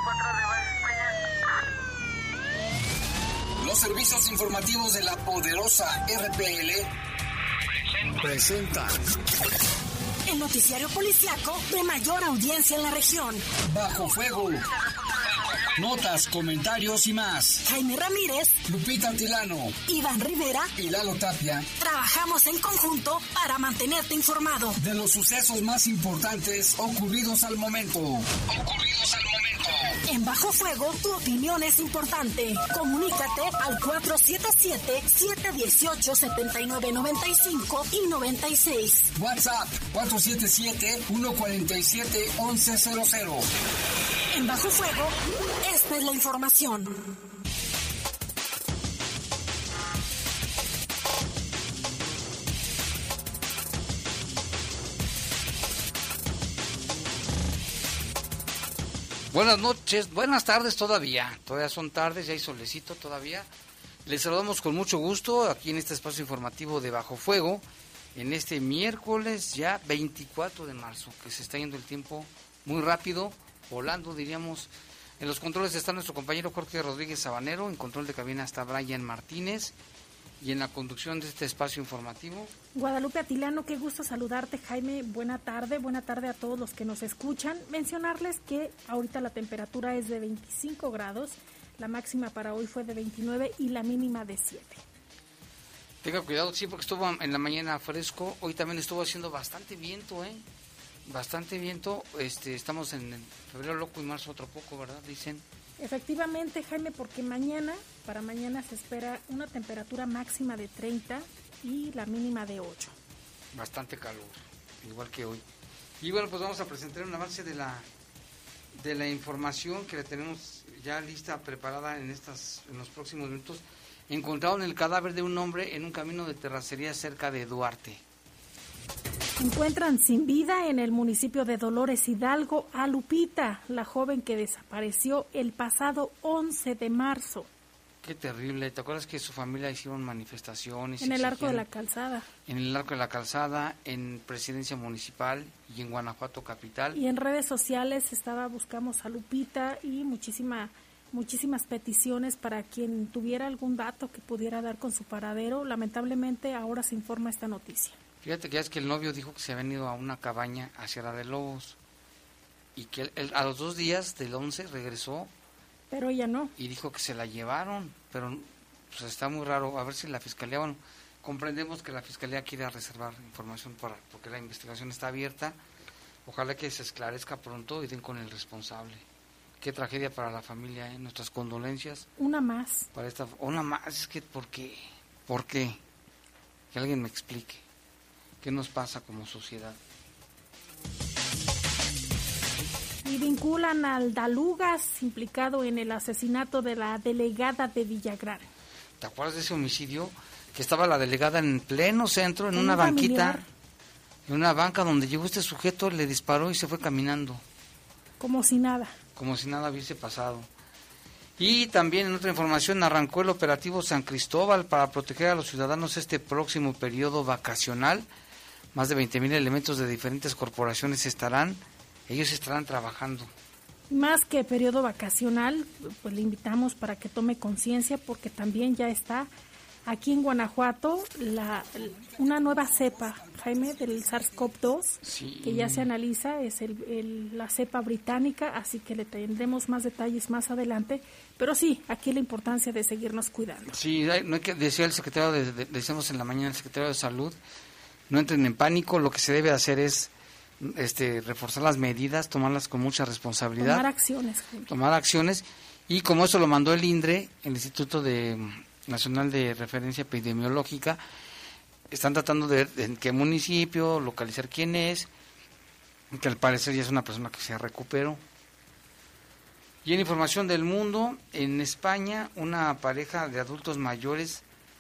Los servicios informativos de la poderosa RPL presentan el noticiario policiaco de mayor audiencia en la región. Bajo Fuego. Notas, comentarios y más. Jaime Ramírez, Lupita Tilano, Iván Rivera y Lalo Tapia. Trabajamos en conjunto para mantenerte informado de los sucesos más importantes ocurridos al momento. En Bajo Fuego, tu opinión es importante. Comunícate al 477-718-7995 y 96. WhatsApp 477-147-1100. En Bajo Fuego, esta es la información. Buenas noches, buenas tardes todavía son tardes, ya hay solecito todavía. Les saludamos con mucho gusto aquí en este espacio informativo de Bajo Fuego, en este miércoles ya 24 de marzo, que se está yendo el tiempo muy rápido, volando diríamos. En los controles está nuestro compañero Jorge Rodríguez Sabanero, en control de cabina está Brian Martínez, y en la conducción de este espacio informativo, Guadalupe Atilano. Qué gusto saludarte, Jaime. Buena tarde a todos los que nos escuchan. Mencionarles que ahorita la temperatura es de 25 grados, la máxima para hoy fue de 29 y la mínima de 7. Tenga cuidado, sí, porque estuvo en la mañana fresco, hoy también estuvo haciendo bastante viento, bastante viento. Estamos en febrero loco y marzo otro poco, ¿verdad? Dicen. Efectivamente, Jaime, porque para mañana se espera una temperatura máxima de 30 y la mínima de 8. Bastante calor, igual que hoy. Y bueno, pues vamos a presentar un avance de la información que la tenemos ya lista, preparada en los próximos minutos. Encontraron el cadáver de un hombre en un camino de terracería cerca de Duarte. Encuentran sin vida en el municipio de Dolores Hidalgo a Lupita, la joven que desapareció el pasado 11 de marzo. Qué terrible. ¿Te acuerdas que su familia hicieron manifestaciones? En el Arco de la Calzada. En el Arco de la Calzada, en Presidencia Municipal y en Guanajuato Capital. Y en redes sociales buscamos a Lupita y muchísimas peticiones para quien tuviera algún dato que pudiera dar con su paradero. Lamentablemente ahora se informa esta noticia. Fíjate que ya es que el novio dijo que se había ido a una cabaña hacia la de Lobos y que él, a los 2 días del 11 regresó. Pero ella no. Y dijo que se la llevaron, pero pues está muy raro. A ver si la fiscalía, bueno, comprendemos que la fiscalía quiere reservar información porque la investigación está abierta. Ojalá que se esclarezca pronto y den con el responsable. Qué tragedia para la familia, nuestras condolencias. Una más. Una más, es que ¿por qué? ¿Por qué? Que alguien me explique. ¿Qué nos pasa como sociedad? Y vinculan al Dalugas, implicado en el asesinato de la delegada de Villagrán. ¿Te acuerdas de ese homicidio? Que estaba la delegada en pleno centro, en una banquita, en una banca donde llegó este sujeto, le disparó y se fue caminando. Como si nada. Como si nada hubiese pasado. Y también en otra información, arrancó el operativo San Cristóbal para proteger a los ciudadanos este próximo periodo vacacional. Más de 20,000 elementos de diferentes corporaciones estarán trabajando. Más que periodo vacacional, pues le invitamos para que tome conciencia, porque también ya está aquí en Guanajuato una nueva cepa, Jaime, del SARS-CoV-2, sí, que ya se analiza, es la cepa británica, así que le tendremos más detalles más adelante, pero sí, aquí la importancia de seguirnos cuidando. Sí, no hay que, decía el secretario, decíamos en la mañana el secretario de Salud, no entren en pánico, lo que se debe hacer es reforzar las medidas, tomarlas con mucha responsabilidad. Tomar acciones, y como eso lo mandó el INDRE, el Instituto Nacional de Referencia Epidemiológica, están tratando de ver en qué municipio, localizar quién es, que al parecer ya es una persona que se recuperó. Y en información del mundo, en España, a una pareja de adultos mayores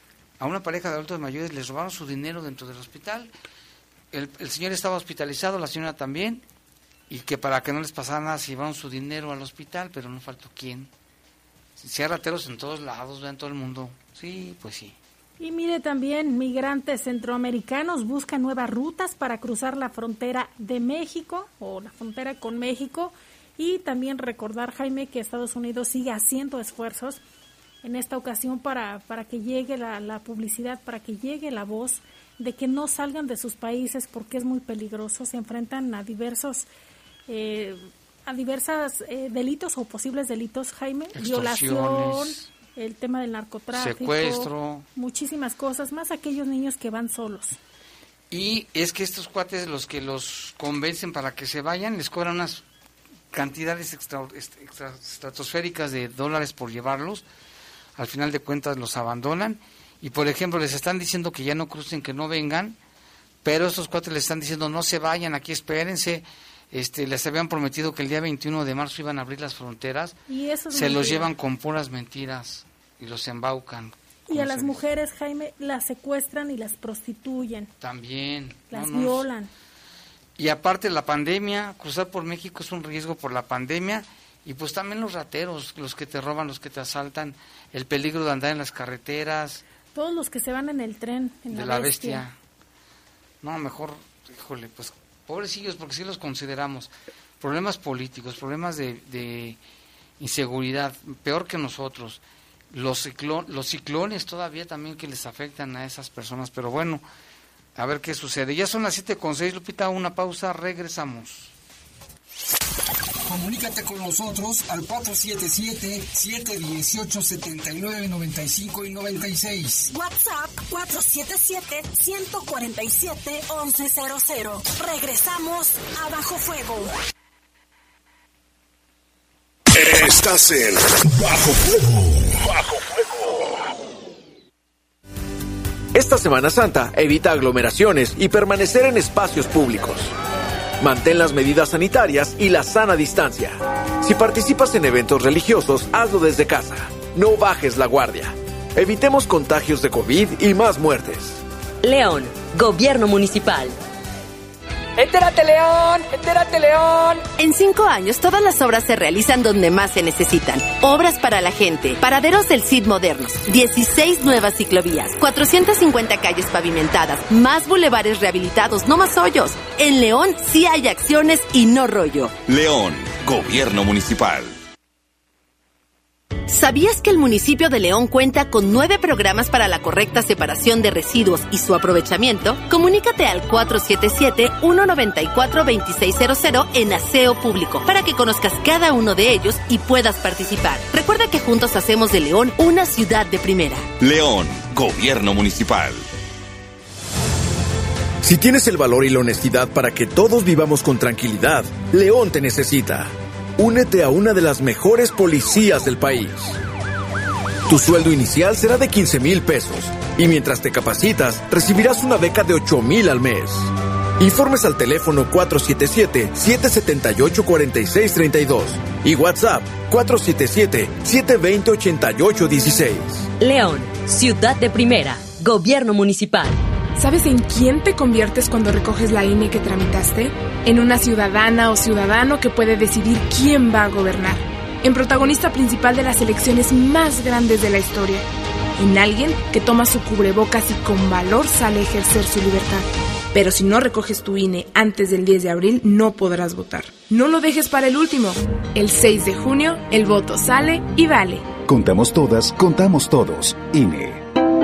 les robaron su dinero dentro del hospital. El señor estaba hospitalizado, la señora también, y que para que no les pasara nada se llevaron su dinero al hospital, pero no faltó quién. Si hay rateros en todos lados, en todo el mundo. Sí, pues sí. Y mire, también migrantes centroamericanos buscan nuevas rutas para cruzar la frontera de México, o la frontera con México, Y también recordar, Jaime, que Estados Unidos sigue haciendo esfuerzos en esta ocasión para que llegue la publicidad, para que llegue la voz de que no salgan de sus países porque es muy peligroso. Se enfrentan a diversos delitos o posibles delitos, Jaime, violación, el tema del narcotráfico, secuestro, muchísimas cosas, más aquellos niños que van solos. Y es que estos cuates, los que los convencen para que se vayan, les cobran unas cantidades estratosféricas de dólares por llevarlos. Al final de cuentas los abandonan y, por ejemplo, les están diciendo que ya no crucen, que no vengan, pero estos cuates les están diciendo no se vayan, aquí espérense. Les habían prometido que el día 21 de marzo iban a abrir las fronteras, y eso es se mentira. Los llevan con puras mentiras y los embaucan. Y a las mujeres, Jaime, las secuestran y las prostituyen. También. Las violan. Y aparte la pandemia, cruzar por México es un riesgo por la pandemia, y pues también los rateros, los que te roban, los que te asaltan, el peligro de andar en las carreteras. Todos los que se van en el tren, en de la bestia. No, mejor, híjole, pues pobrecillos, porque sí los consideramos. Problemas políticos, problemas de inseguridad, peor que nosotros. Los ciclones todavía también que les afectan a esas personas, pero bueno, a ver qué sucede. Ya son las 7:06, Lupita, una pausa, regresamos. Comunícate con nosotros al 477-718-7995 y 96. WhatsApp 477-147-1100. Regresamos a Bajo Fuego. Estás en Bajo Fuego. Bajo Fuego. Esta Semana Santa, evita aglomeraciones y permanecer en espacios públicos. Mantén las medidas sanitarias y la sana distancia. Si participas en eventos religiosos, hazlo desde casa. No bajes la guardia. Evitemos contagios de COVID y más muertes. León, Gobierno Municipal. ¡Entérate, León! ¡Entérate, León! En 5 años, todas las obras se realizan donde más se necesitan. Obras para la gente, paraderos del CID modernos, 16 nuevas ciclovías, 450 calles pavimentadas, más bulevares rehabilitados, no más hoyos. En León sí hay acciones y no rollo. León, Gobierno Municipal. ¿Sabías que el municipio de León cuenta con 9 programas para la correcta separación de residuos y su aprovechamiento? Comunícate al 477-194-2600 en Aseo Público para que conozcas cada uno de ellos y puedas participar. Recuerda que juntos hacemos de León una ciudad de primera. León, Gobierno Municipal. Si tienes el valor y la honestidad para que todos vivamos con tranquilidad, León te necesita. Únete a una de las mejores policías del país. Tu sueldo inicial será de 15,000 pesos y mientras te capacitas, recibirás una beca de 8,000 al mes. Informes al teléfono 477-778-4632 y WhatsApp 477-720-8816. León, ciudad de primera, Gobierno Municipal. ¿Sabes en quién te conviertes cuando recoges la INE que tramitaste? En una ciudadana o ciudadano que puede decidir quién va a gobernar. En protagonista principal de las elecciones más grandes de la historia. En alguien que toma su cubrebocas y con valor sale a ejercer su libertad. Pero si no recoges tu INE antes del 10 de abril, no podrás votar. No lo dejes para el último. El 6 de junio, el voto sale y vale. Contamos todas, contamos todos. INE.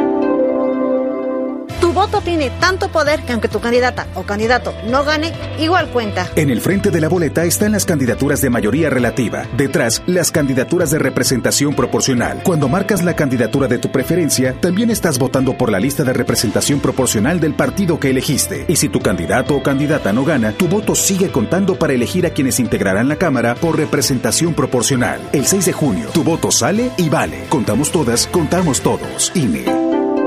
Tu voto tiene tanto poder que aunque tu candidata o candidato no gane, igual cuenta. En el frente de la boleta están las candidaturas de mayoría relativa. Detrás, las candidaturas de representación proporcional. Cuando marcas la candidatura de tu preferencia, también estás votando por la lista de representación proporcional del partido que elegiste. Y si tu candidato o candidata no gana, tu voto sigue contando para elegir a quienes integrarán la Cámara por representación proporcional. El 6 de junio, tu voto sale y vale. Contamos todas, contamos todos. INE.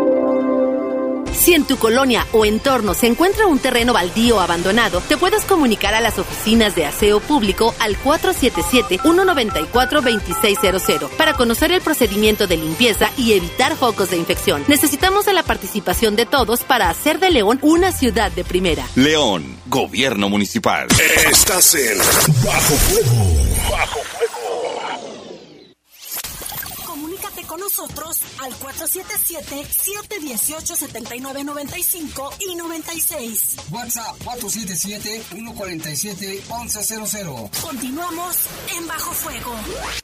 Si en tu colonia o entorno se encuentra un terreno baldío o abandonado, te puedes comunicar a las oficinas de Aseo Público al 477-194-2600 para conocer el procedimiento de limpieza y evitar focos de infección. Necesitamos de la participación de todos para hacer de León una ciudad de primera. León, Gobierno Municipal. Estás en Bajo Fuego. Bajo Fuego. con nosotros al 477-718-7995 y 96. WhatsApp 477-147-1100. Continuamos en Bajo Fuego.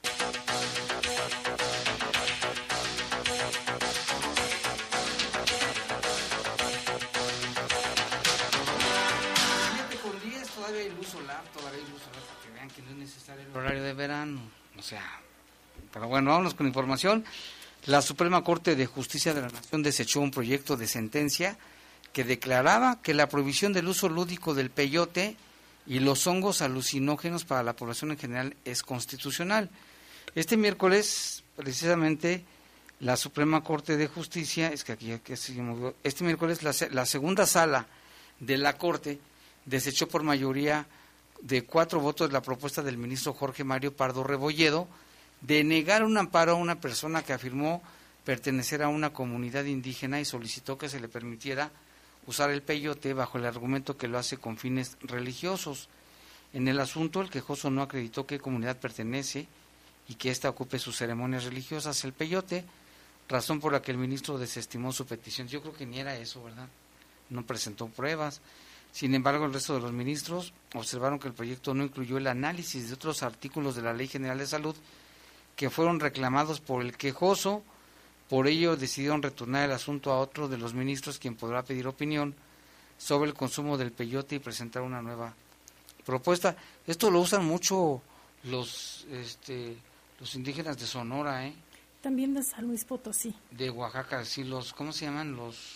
Todavía hay luz solar para que vean que no es necesario el horario de verano. O sea, pero bueno, vámonos con información. La Suprema Corte de Justicia de la Nación desechó un proyecto de sentencia que declaraba que la prohibición del uso lúdico del peyote y los hongos alucinógenos para la población en general es constitucional. Este miércoles, precisamente, la Suprema Corte de Justicia, este miércoles la segunda sala de la Corte desechó por mayoría de 4 votos la propuesta del ministro Jorge Mario Pardo Rebolledo de negar un amparo a una persona que afirmó pertenecer a una comunidad indígena y solicitó que se le permitiera usar el peyote bajo el argumento que lo hace con fines religiosos. En el asunto, el quejoso no acreditó qué comunidad pertenece y que ésta ocupe sus ceremonias religiosas el peyote, razón por la que el ministro desestimó su petición. Yo creo que ni era eso, ¿verdad? No presentó pruebas. Sin embargo, el resto de los ministros observaron que el proyecto no incluyó el análisis de otros artículos de la Ley General de Salud que fueron reclamados por el quejoso. Por ello, decidieron retornar el asunto a otro de los ministros, quien podrá pedir opinión sobre el consumo del peyote y presentar una nueva propuesta. Esto lo usan mucho los indígenas de Sonora, También de San Luis Potosí. De Oaxaca, sí, ¿cómo se llaman? Los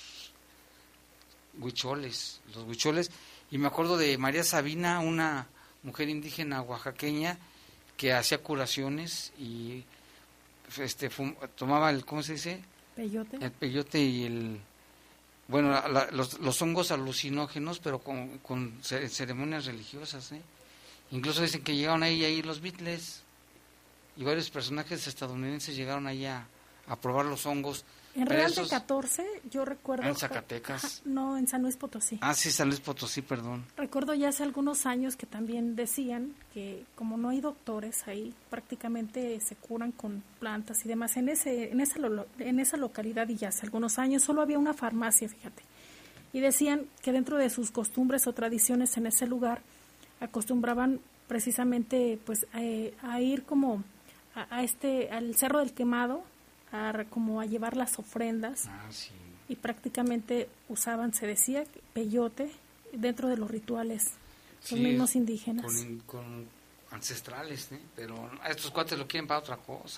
huicholes, y me acuerdo de María Sabina, una mujer indígena oaxaqueña que hacía curaciones y tomaba el, ¿cómo se dice? Peyote. El peyote y los hongos alucinógenos, pero con ceremonias religiosas, Incluso dicen que llegaron ahí los Beatles y varios personajes estadounidenses llegaron ahí a probar los hongos. En Real de 14, yo recuerdo... ¿En Zacatecas? No, en San Luis Potosí. Ah, sí, San Luis Potosí, perdón. Recuerdo ya hace algunos años que también decían que como no hay doctores ahí, prácticamente se curan con plantas y demás. En esa localidad, y ya hace algunos años, solo había una farmacia, fíjate. Y decían que dentro de sus costumbres o tradiciones en ese lugar, acostumbraban precisamente pues a ir como al Cerro del Quemado, como a llevar las ofrendas, sí. Y prácticamente usaban, se decía, peyote dentro de los rituales, los mismos indígenas. Con ancestrales, pero estos cuates lo quieren para otra cosa.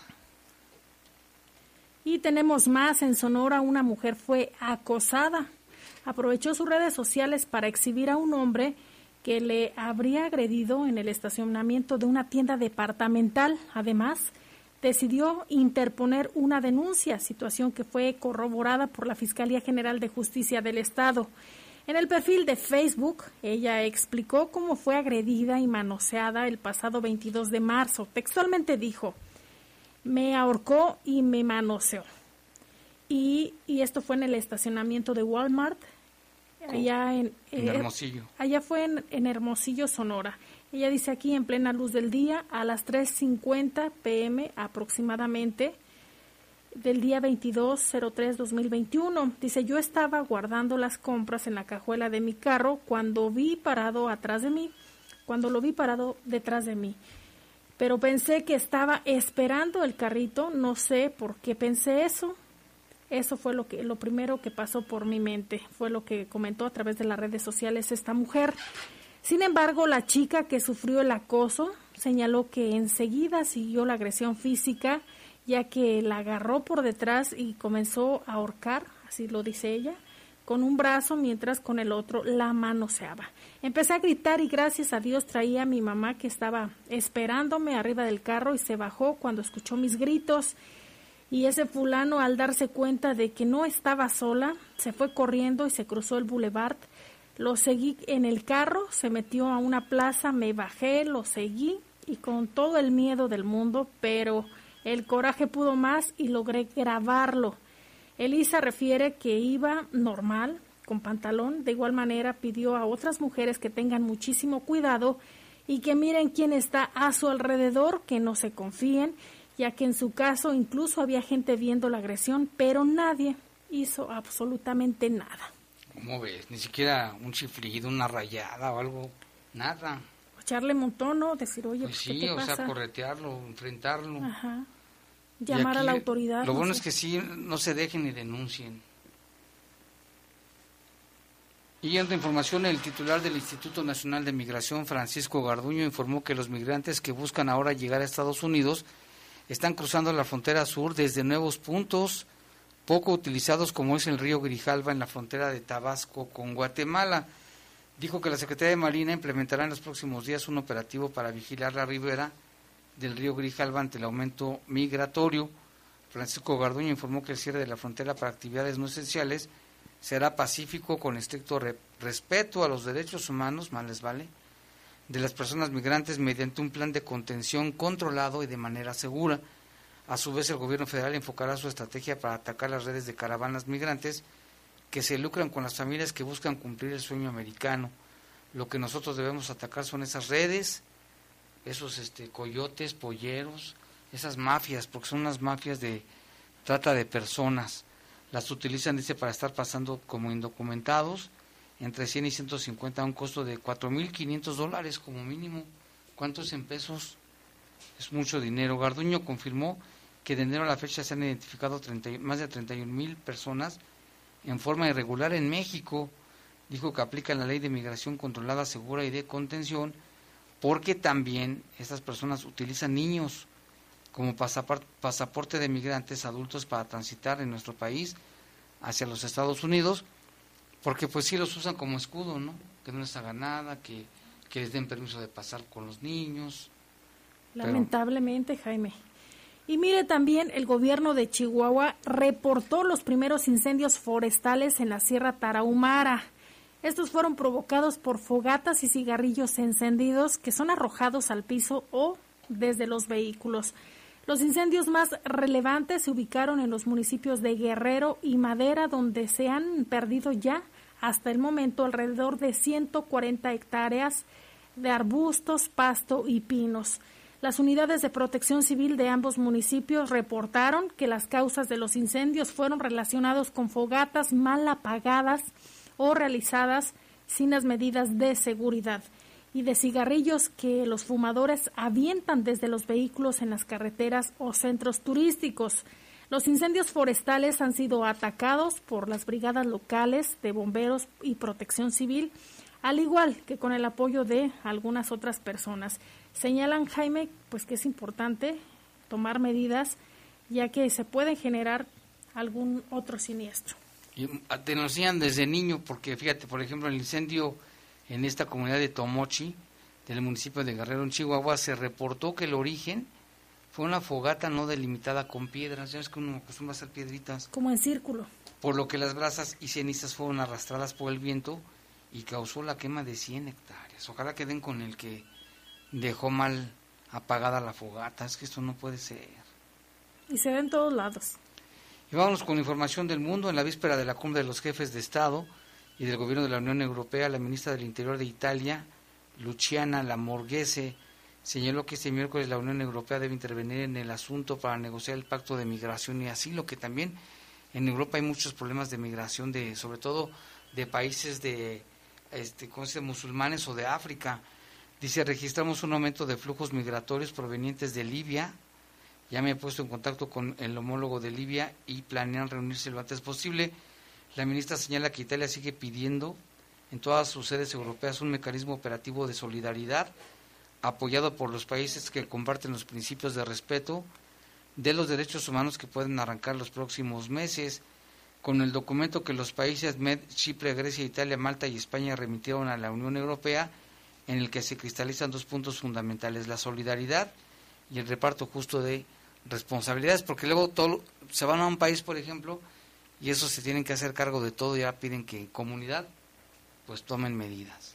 Y tenemos más, en Sonora una mujer fue acosada, aprovechó sus redes sociales para exhibir a un hombre que le habría agredido en el estacionamiento de una tienda departamental. Además, decidió interponer una denuncia, situación que fue corroborada por la Fiscalía General de Justicia del Estado. En el perfil de Facebook, ella explicó cómo fue agredida y manoseada el pasado 22 de marzo. Textualmente dijo: me ahorcó y me manoseó. Y esto fue en el estacionamiento de Walmart, allá en Hermosillo. Allá fue en Hermosillo, Sonora. Ella dice aquí, en plena luz del día, a las 3:50 p.m. aproximadamente, del día 22/03/2021. Dice, yo estaba guardando las compras en la cajuela de mi carro cuando lo vi parado detrás de mí. Pero pensé que estaba esperando el carrito, no sé por qué pensé eso. Eso fue lo primero que pasó por mi mente, fue lo que comentó a través de las redes sociales esta mujer. Sin embargo, la chica que sufrió el acoso señaló que enseguida siguió la agresión física, ya que la agarró por detrás y comenzó a ahorcar, así lo dice ella, con un brazo mientras con el otro la manoseaba. Empecé a gritar y gracias a Dios traía a mi mamá que estaba esperándome arriba del carro y se bajó cuando escuchó mis gritos. Y ese fulano, al darse cuenta de que no estaba sola, se fue corriendo y se cruzó el boulevard. Lo seguí en el carro, se metió a una plaza, me bajé, lo seguí y con todo el miedo del mundo, pero el coraje pudo más y logré grabarlo. Elisa refiere que iba normal, con pantalón. De igual manera pidió a otras mujeres que tengan muchísimo cuidado y que miren quién está a su alrededor, que no se confíen, ya que en su caso incluso había gente viendo la agresión, pero nadie hizo absolutamente nada. ¿Cómo ves? Ni siquiera un chiflido, una rayada o algo, nada. Echarle montón, ¿no? Decir, oye, pues ¿qué sí, te pasa? O sea, corretearlo, enfrentarlo. Ajá. Llamar a la autoridad. Lo bueno es que sí, no se dejen ni denuncien. Y en otra información, el titular del Instituto Nacional de Migración, Francisco Garduño, informó que los migrantes que buscan ahora llegar a Estados Unidos están cruzando la frontera sur desde nuevos puntos poco utilizados, como es el río Grijalva en la frontera de Tabasco con Guatemala. Dijo que la Secretaría de Marina implementará en los próximos días un operativo para vigilar la ribera del río Grijalva ante el aumento migratorio. Francisco Garduño informó que el cierre de la frontera para actividades no esenciales será pacífico, con estricto respeto a los derechos humanos, más les vale, de las personas migrantes, mediante un plan de contención controlado y de manera segura. A su vez, el gobierno federal enfocará su estrategia para atacar las redes de caravanas migrantes que se lucran con las familias que buscan cumplir el sueño americano. Lo que nosotros debemos atacar son esas redes, esos coyotes, polleros, esas mafias, porque son unas mafias de trata de personas. Las utilizan, dice, para estar pasando como indocumentados entre 100 y 150 a un costo de $4,500 como mínimo. ¿Cuánto es en pesos? Es mucho dinero. Garduño confirmó que de enero a la fecha se han identificado más de 31,000 personas en forma irregular en México. Dijo que aplican la ley de migración controlada, segura y de contención, porque también estas personas utilizan niños como pasaporte de migrantes adultos para transitar en nuestro país hacia los Estados Unidos, porque pues sí los usan como escudo, ¿no? Que no les haga nada, que les den permiso de pasar con los niños. Lamentablemente, Jaime. Y mire, también el gobierno de Chihuahua reportó los primeros incendios forestales en la Sierra Tarahumara. Estos fueron provocados por fogatas y cigarrillos encendidos que son arrojados al piso o desde los vehículos. Los incendios más relevantes se ubicaron en los municipios de Guerrero y Madera, donde se han perdido ya hasta el momento alrededor de 140 hectáreas de arbustos, pasto y pinos. Las unidades de protección civil de ambos municipios reportaron que las causas de los incendios fueron relacionados con fogatas mal apagadas o realizadas sin las medidas de seguridad, y de cigarrillos que los fumadores avientan desde los vehículos en las carreteras o centros turísticos. Los incendios forestales han sido atacados por las brigadas locales de bomberos y protección civil, al igual que con el apoyo de algunas otras personas. Señalan, Jaime, pues que es importante tomar medidas, ya que se puede generar algún otro siniestro. Y denuncian desde niño, porque fíjate, por ejemplo, el incendio en esta comunidad de Tomochi, del municipio de Guerrero, en Chihuahua, se reportó que el origen fue una fogata no delimitada con piedras. Ya ves que uno acostumbra a hacer piedritas. Como en círculo. Por lo que las brasas y cenizas fueron arrastradas por el viento y causó la quema de 100 hectáreas. Ojalá queden con el que dejó mal apagada la fogata. Es que esto no puede ser. Y se ve en todos lados. Y vámonos con información del mundo. En la víspera de la cumbre de los jefes de Estado y del Gobierno de la Unión Europea, la ministra del Interior de Italia, Luciana Lamorgese, señaló que este miércoles la Unión Europea debe intervenir en el asunto para negociar el pacto de migración y asilo, que también en Europa hay muchos problemas de migración, sobre todo de países de musulmanes o de África. Dice, registramos un aumento de flujos migratorios provenientes de Libia. Ya me he puesto en contacto con el homólogo de Libia y planean reunirse lo antes posible. La ministra señala que Italia sigue pidiendo en todas sus sedes europeas un mecanismo operativo de solidaridad apoyado por los países que comparten los principios de respeto de los derechos humanos que pueden arrancar los próximos meses. Con el documento que los países MED, Chipre, Grecia, Italia, Malta y España remitieron a la Unión Europea, en el que se cristalizan dos puntos fundamentales: la solidaridad y el reparto justo de responsabilidades, porque luego se van a un país, por ejemplo, y eso se tienen que hacer cargo de todo, y ya piden que en comunidad pues tomen medidas.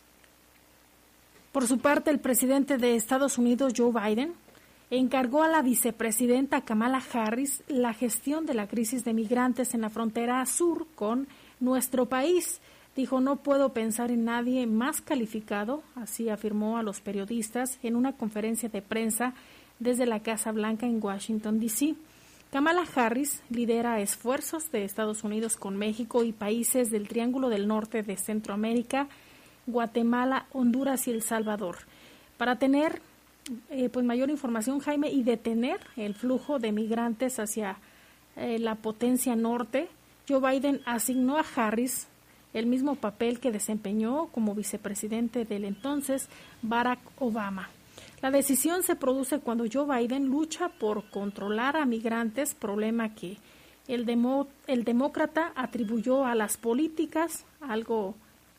Por su parte, el presidente de Estados Unidos, Joe Biden, encargó a la vicepresidenta Kamala Harris la gestión de la crisis de migrantes en la frontera sur con nuestro país. Dijo, no puedo pensar en nadie más calificado, así afirmó a los periodistas en una conferencia de prensa desde la Casa Blanca en Washington, D.C. Kamala Harris lidera esfuerzos de Estados Unidos con México y países del Triángulo del Norte de Centroamérica, Guatemala, Honduras y El Salvador, para tener pues mayor información, Jaime, y detener el flujo de migrantes hacia la potencia norte. Joe Biden asignó a Harris el mismo papel que desempeñó como vicepresidente del entonces Barack Obama. La decisión se produce cuando Joe Biden lucha por controlar a migrantes, problema que el demócrata atribuyó a las políticas algo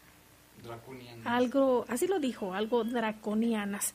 así lo dijo, algo draconianas.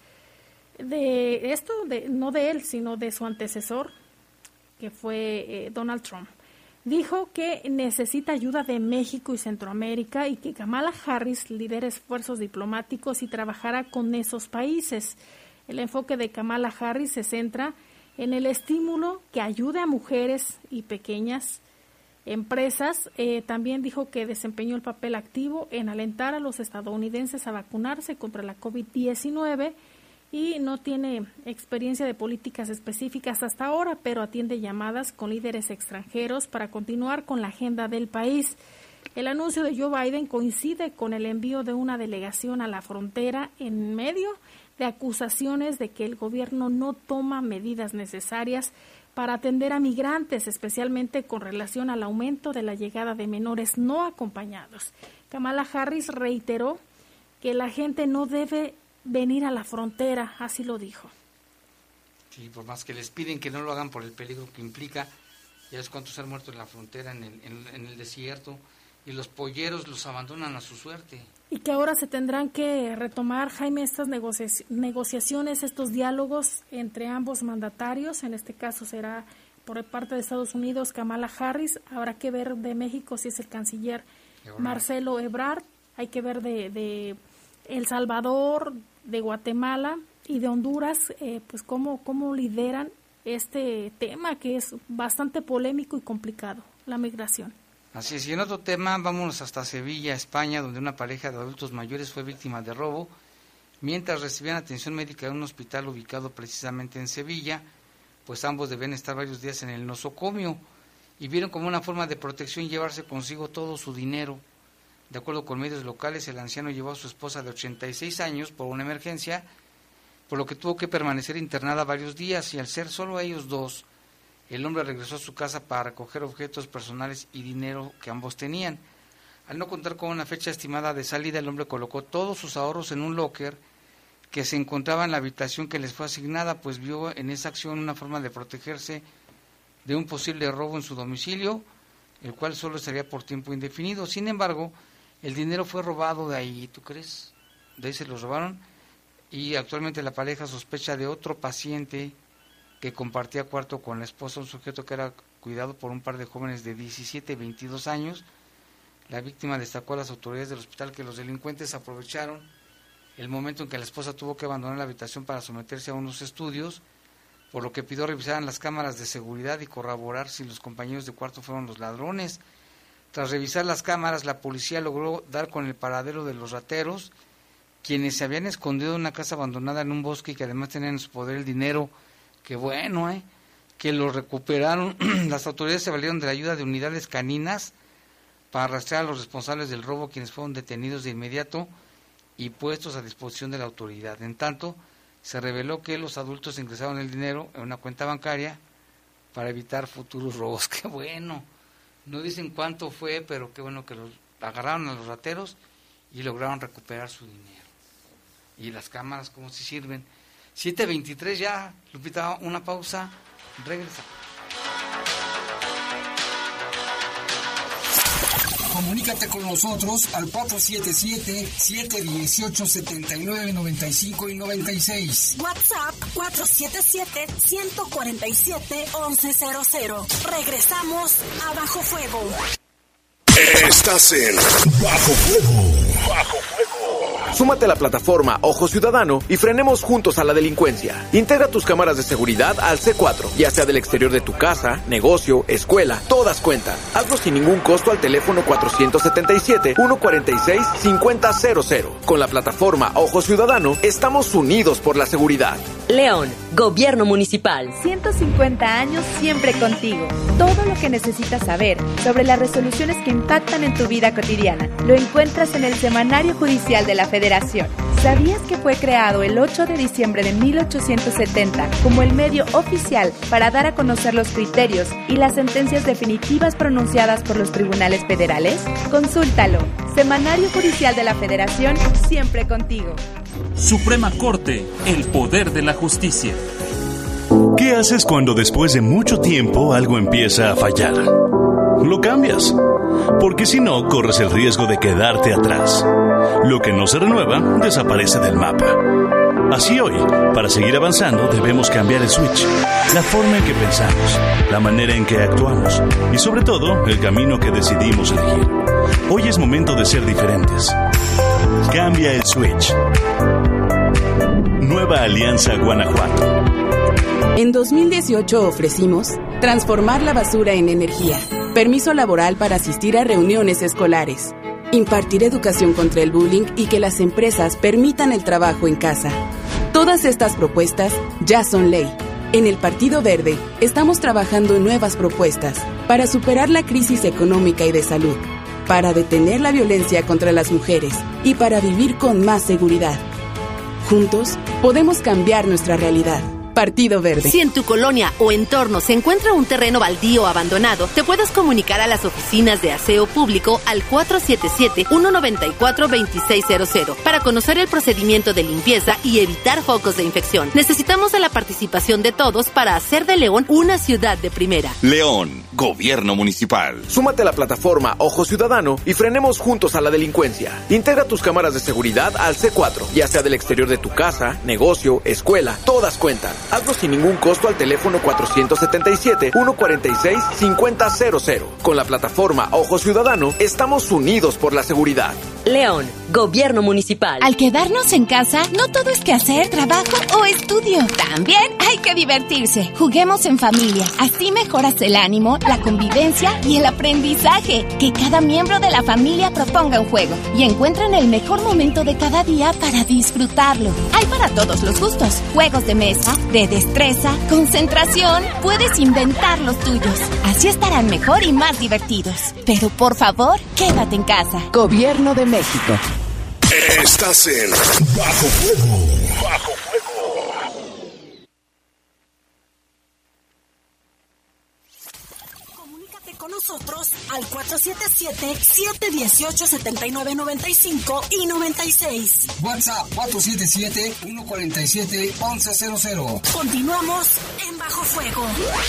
De esto, no de él, sino de su antecesor, que fue Donald Trump. Dijo que necesita ayuda de México y Centroamérica y que Kamala Harris lidera esfuerzos diplomáticos y trabajará con esos países. El enfoque de Kamala Harris se centra en el estímulo que ayude a mujeres y pequeñas empresas. También dijo que desempeñó el papel activo en alentar a los estadounidenses a vacunarse contra la COVID-19 y no tiene experiencia de políticas específicas hasta ahora, pero atiende llamadas con líderes extranjeros para continuar con la agenda del país. El anuncio de Joe Biden coincide con el envío de una delegación a la frontera en medio de acusaciones de que el gobierno no toma medidas necesarias para atender a migrantes, especialmente con relación al aumento de la llegada de menores no acompañados. Kamala Harris reiteró que la gente no debe venir a la frontera, así lo dijo. Sí, por más que les piden que no lo hagan por el peligro que implica, ya es cuántos han muerto en la frontera, en el desierto, y los polleros los abandonan a su suerte. Y que ahora se tendrán que retomar, Jaime, estas negociaciones, estos diálogos entre ambos mandatarios. En este caso será por parte de Estados Unidos Kamala Harris. Habrá que ver de México si es el canciller Marcelo Ebrard. Hay que ver de El Salvador, de Guatemala y de Honduras, pues cómo lideran este tema que es bastante polémico y complicado, la migración. Así es, y en otro tema, vámonos hasta Sevilla, España, donde una pareja de adultos mayores fue víctima de robo mientras recibían atención médica en un hospital ubicado precisamente en Sevilla, pues ambos debían estar varios días en el nosocomio y vieron como una forma de protección llevarse consigo todo su dinero. De acuerdo con medios locales, el anciano llevó a su esposa de 86 años por una emergencia, por lo que tuvo que permanecer internada varios días, y al ser solo ellos dos, el hombre regresó a su casa para recoger objetos personales y dinero que ambos tenían. Al no contar con una fecha estimada de salida, el hombre colocó todos sus ahorros en un locker que se encontraba en la habitación que les fue asignada, pues vio en esa acción una forma de protegerse de un posible robo en su domicilio, el cual solo estaría por tiempo indefinido. Sin embargo, el dinero fue robado de ahí, ¿tú crees? De ahí se los robaron, y actualmente la pareja sospecha de otro paciente que compartía cuarto con la esposa, un sujeto que era cuidado por un par de jóvenes de 17 y 22 años. La víctima destacó a las autoridades del hospital que los delincuentes aprovecharon el momento en que la esposa tuvo que abandonar la habitación para someterse a unos estudios, por lo que pidió revisar las cámaras de seguridad y corroborar si los compañeros de cuarto fueron los ladrones. Tras revisar las cámaras, la policía logró dar con el paradero de los rateros, quienes se habían escondido en una casa abandonada en un bosque y que además tenían en su poder el dinero. Qué bueno, que lo recuperaron. Las autoridades se valieron de la ayuda de unidades caninas para rastrear a los responsables del robo, quienes fueron detenidos de inmediato y puestos a disposición de la autoridad. En tanto, se reveló que los adultos ingresaron el dinero en una cuenta bancaria para evitar futuros robos. Qué bueno. No dicen cuánto fue, pero qué bueno que los agarraron a los rateros y lograron recuperar su dinero. Y las cámaras, ¿cómo se sirven? 7:23 ya, Lupita, una pausa, regresa. Comunícate con nosotros al 477-718-7995 y 96. WhatsApp 477-147-1100. Regresamos a Bajo Fuego. Estás en Bajo Fuego. Bajo Súmate a la plataforma Ojo Ciudadano y frenemos juntos a la delincuencia. Integra tus cámaras de seguridad al C4, ya sea del exterior de tu casa, negocio, escuela, todas cuentan. Hazlo sin ningún costo al teléfono 477-146-5000. Con la plataforma Ojo Ciudadano, estamos unidos por la seguridad. León, Gobierno Municipal. 150 años siempre contigo. Todo lo que necesitas saber sobre las resoluciones que impactan en tu vida cotidiana lo encuentras en el Semanario Judicial de la Federación. ¿Sabías que fue creado el 8 de diciembre de 1870 como el medio oficial para dar a conocer los criterios y las sentencias definitivas pronunciadas por los tribunales federales? Consúltalo. Semanario Judicial de la Federación, siempre contigo. Suprema Corte, el poder de la justicia. ¿Qué haces cuando después de mucho tiempo algo empieza a fallar? Lo cambias, porque si no, corres el riesgo de quedarte atrás. Lo que no se renueva, desaparece del mapa. Así hoy, para seguir avanzando, debemos cambiar el switch, la forma en que pensamos, la manera en que actuamos y sobre todo, el camino que decidimos elegir. Hoy es momento de ser diferentes. Cambia el switch. Nueva Alianza Guanajuato. En 2018 ofrecimos transformar la basura en energía, permiso laboral para asistir a reuniones escolares, impartir educación contra el bullying y que las empresas permitan el trabajo en casa. Todas estas propuestas ya son ley. En el Partido Verde estamos trabajando en nuevas propuestas para superar la crisis económica y de salud, para detener la violencia contra las mujeres y para vivir con más seguridad. Juntos podemos cambiar nuestra realidad. Partido Verde. Si en tu colonia o entorno se encuentra un terreno baldío abandonado, te puedes comunicar a las oficinas de aseo público al 477-194-2600 para conocer el procedimiento de limpieza y evitar focos de infección. Necesitamos de la participación de todos para hacer de León una ciudad de primera. León, Gobierno Municipal. Súmate a la plataforma Ojo Ciudadano y frenemos juntos a la delincuencia. Integra tus cámaras de seguridad al C4, ya sea del exterior de tu casa, negocio, escuela, todas cuentan. Hazlo sin ningún costo al teléfono 477-146-5000. Con la plataforma Ojo Ciudadano, estamos unidos por la seguridad. León, Gobierno Municipal. Al quedarnos en casa, no todo es quehacer, trabajo o estudio. También hay que divertirse. Juguemos en familia. Así mejoras el ánimo, la convivencia y el aprendizaje. Que cada miembro de la familia proponga un juego y encuentren el mejor momento de cada día para disfrutarlo. Hay para todos los gustos. Juegos de mesa, de destreza, concentración. Puedes inventar los tuyos. Así estarán mejor y más divertidos. Pero por favor, quédate en casa. Gobierno de México. Estás en Bajo Fuego. Bajo Fuego. Comunícate con nosotros al 477-718-7995 y 96. WhatsApp 477-147-1100. Continuamos en Bajo Fuego.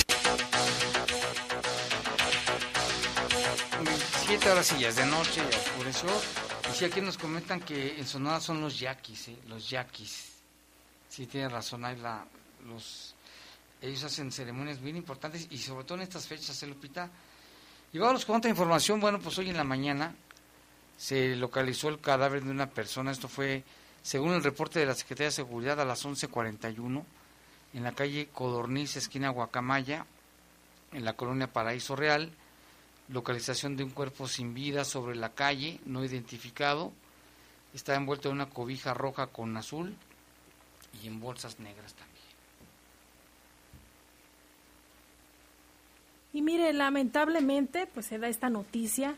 7 horas y ya es de noche, ya oscureció. Y sí, aquí nos comentan que en Sonora son los yaquis, los yaquis. Sí, tiene razón, hay ellos hacen ceremonias bien importantes y sobre todo en estas fechas, Lupita. Y vamos con otra información. Bueno, pues hoy en la mañana se localizó el cadáver de una persona. Esto fue, según el reporte de la Secretaría de Seguridad, a las 11:41 en la calle Codorniz, esquina Guacamaya, en la colonia Paraíso Real. Localización de un cuerpo sin vida sobre la calle, no identificado. Está envuelto en una cobija roja con azul y en bolsas negras también. Y mire, lamentablemente, pues se da esta noticia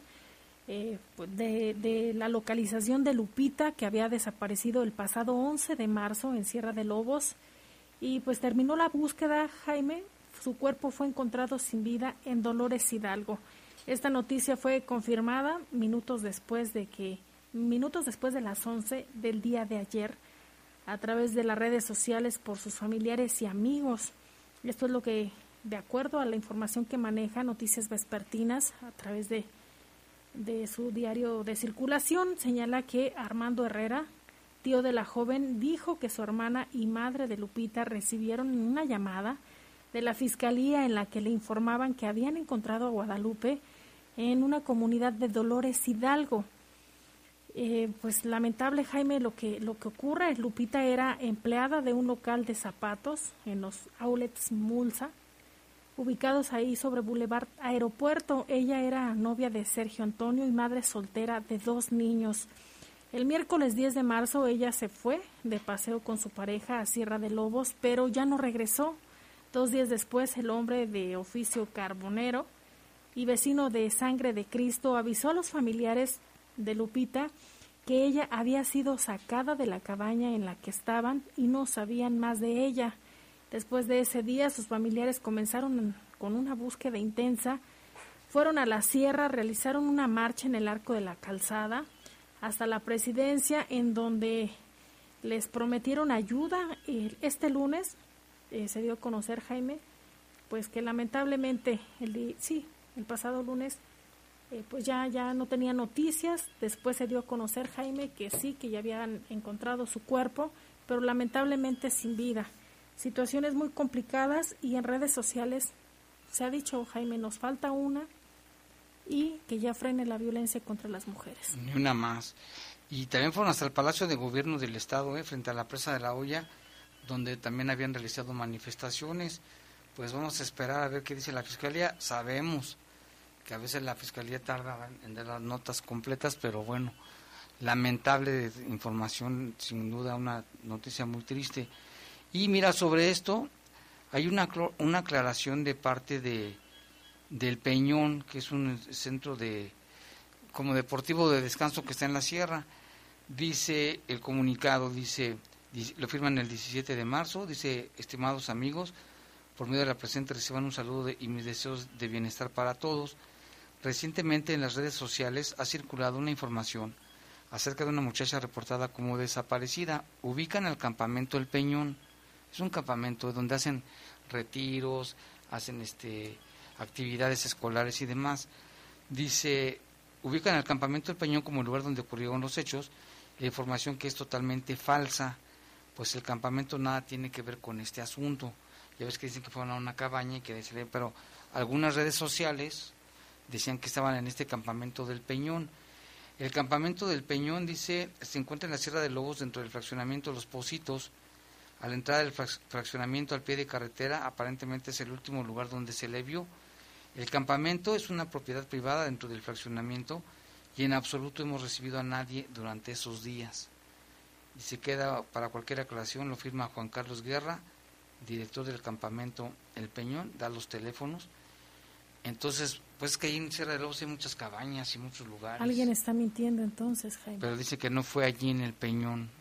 de la localización de Lupita, que había desaparecido el pasado 11 de marzo en Sierra de Lobos. Y pues terminó la búsqueda, Jaime. Su cuerpo fue encontrado sin vida en Dolores Hidalgo. Esta noticia fue confirmada minutos después de las 11 del día de ayer a través de las redes sociales por sus familiares y amigos. Esto es lo que, de acuerdo a la información que maneja Noticias Vespertinas a través de su diario de circulación, señala que Armando Herrera, tío de la joven, dijo que su hermana y madre de Lupita recibieron una llamada de la Fiscalía en la que le informaban que habían encontrado a Guadalupe en una comunidad de Dolores Hidalgo. Pues lamentable, Jaime, lo que ocurre. Lupita era empleada de un local de zapatos en los outlets Mulsa, ubicados ahí sobre Boulevard Aeropuerto. Ella era novia de Sergio Antonio y madre soltera de 2 niños. El miércoles 10 de marzo ella se fue de paseo con su pareja a Sierra de Lobos, pero ya no regresó. 2 días después, el hombre de oficio carbonero y vecino de Sangre de Cristo avisó a los familiares de Lupita que ella había sido sacada de la cabaña en la que estaban y no sabían más de ella. Después de ese día, sus familiares comenzaron con una búsqueda intensa. Fueron a la sierra, realizaron una marcha en el Arco de la Calzada hasta la Presidencia, en donde les prometieron ayuda. Este lunes se dio a conocer, Jaime, pues que lamentablemente el pasado lunes pues ya no tenía noticias. Después se dio a conocer, Jaime, que sí, que ya habían encontrado su cuerpo, pero lamentablemente sin vida. Situaciones muy complicadas, y en redes sociales se ha dicho, Jaime, nos falta una, y que ya frene la violencia contra las mujeres. Ni una más. Y también fueron hasta el Palacio de Gobierno del Estado, frente a la presa de La Hoya, donde también habían realizado manifestaciones. Pues vamos a esperar a ver qué dice la Fiscalía. Sabemos que a veces la Fiscalía tarda en dar las notas completas, pero bueno, lamentable información, sin duda una noticia muy triste. Y mira, sobre esto hay una aclaración de parte del Peñón, que es un centro como deportivo de descanso que está en la sierra. Dice el comunicado, lo firman el 17 de marzo, dice: estimados amigos, por medio de la presente reciban un saludo y mis deseos de bienestar para todos. Recientemente en las redes sociales ha circulado una información acerca de una muchacha reportada como desaparecida. Ubican al campamento El Peñón. Es un campamento donde hacen retiros, hacen actividades escolares y demás. Dice, ubican al campamento El Peñón como el lugar donde ocurrieron los hechos. La información que es totalmente falsa, pues el campamento nada tiene que ver con este asunto. Ya ves que dicen que fueron a una cabaña y que pero algunas redes sociales decían que estaban en este campamento del Peñón. El campamento del Peñón, dice, se encuentra en la Sierra de Lobos, dentro del fraccionamiento Los Pocitos. A la entrada del fraccionamiento, al pie de carretera, aparentemente es el último lugar donde se le vio. El campamento es una propiedad privada dentro del fraccionamiento y en absoluto hemos recibido a nadie durante esos días. Y se queda para cualquier aclaración, lo firma Juan Carlos Guerra, director del campamento El Peñón, da los teléfonos. Entonces, pues es que ahí en Sierra de Lobos hay muchas cabañas y muchos lugares. Alguien está mintiendo entonces, Jaime. Pero dice que no fue allí en El Peñón.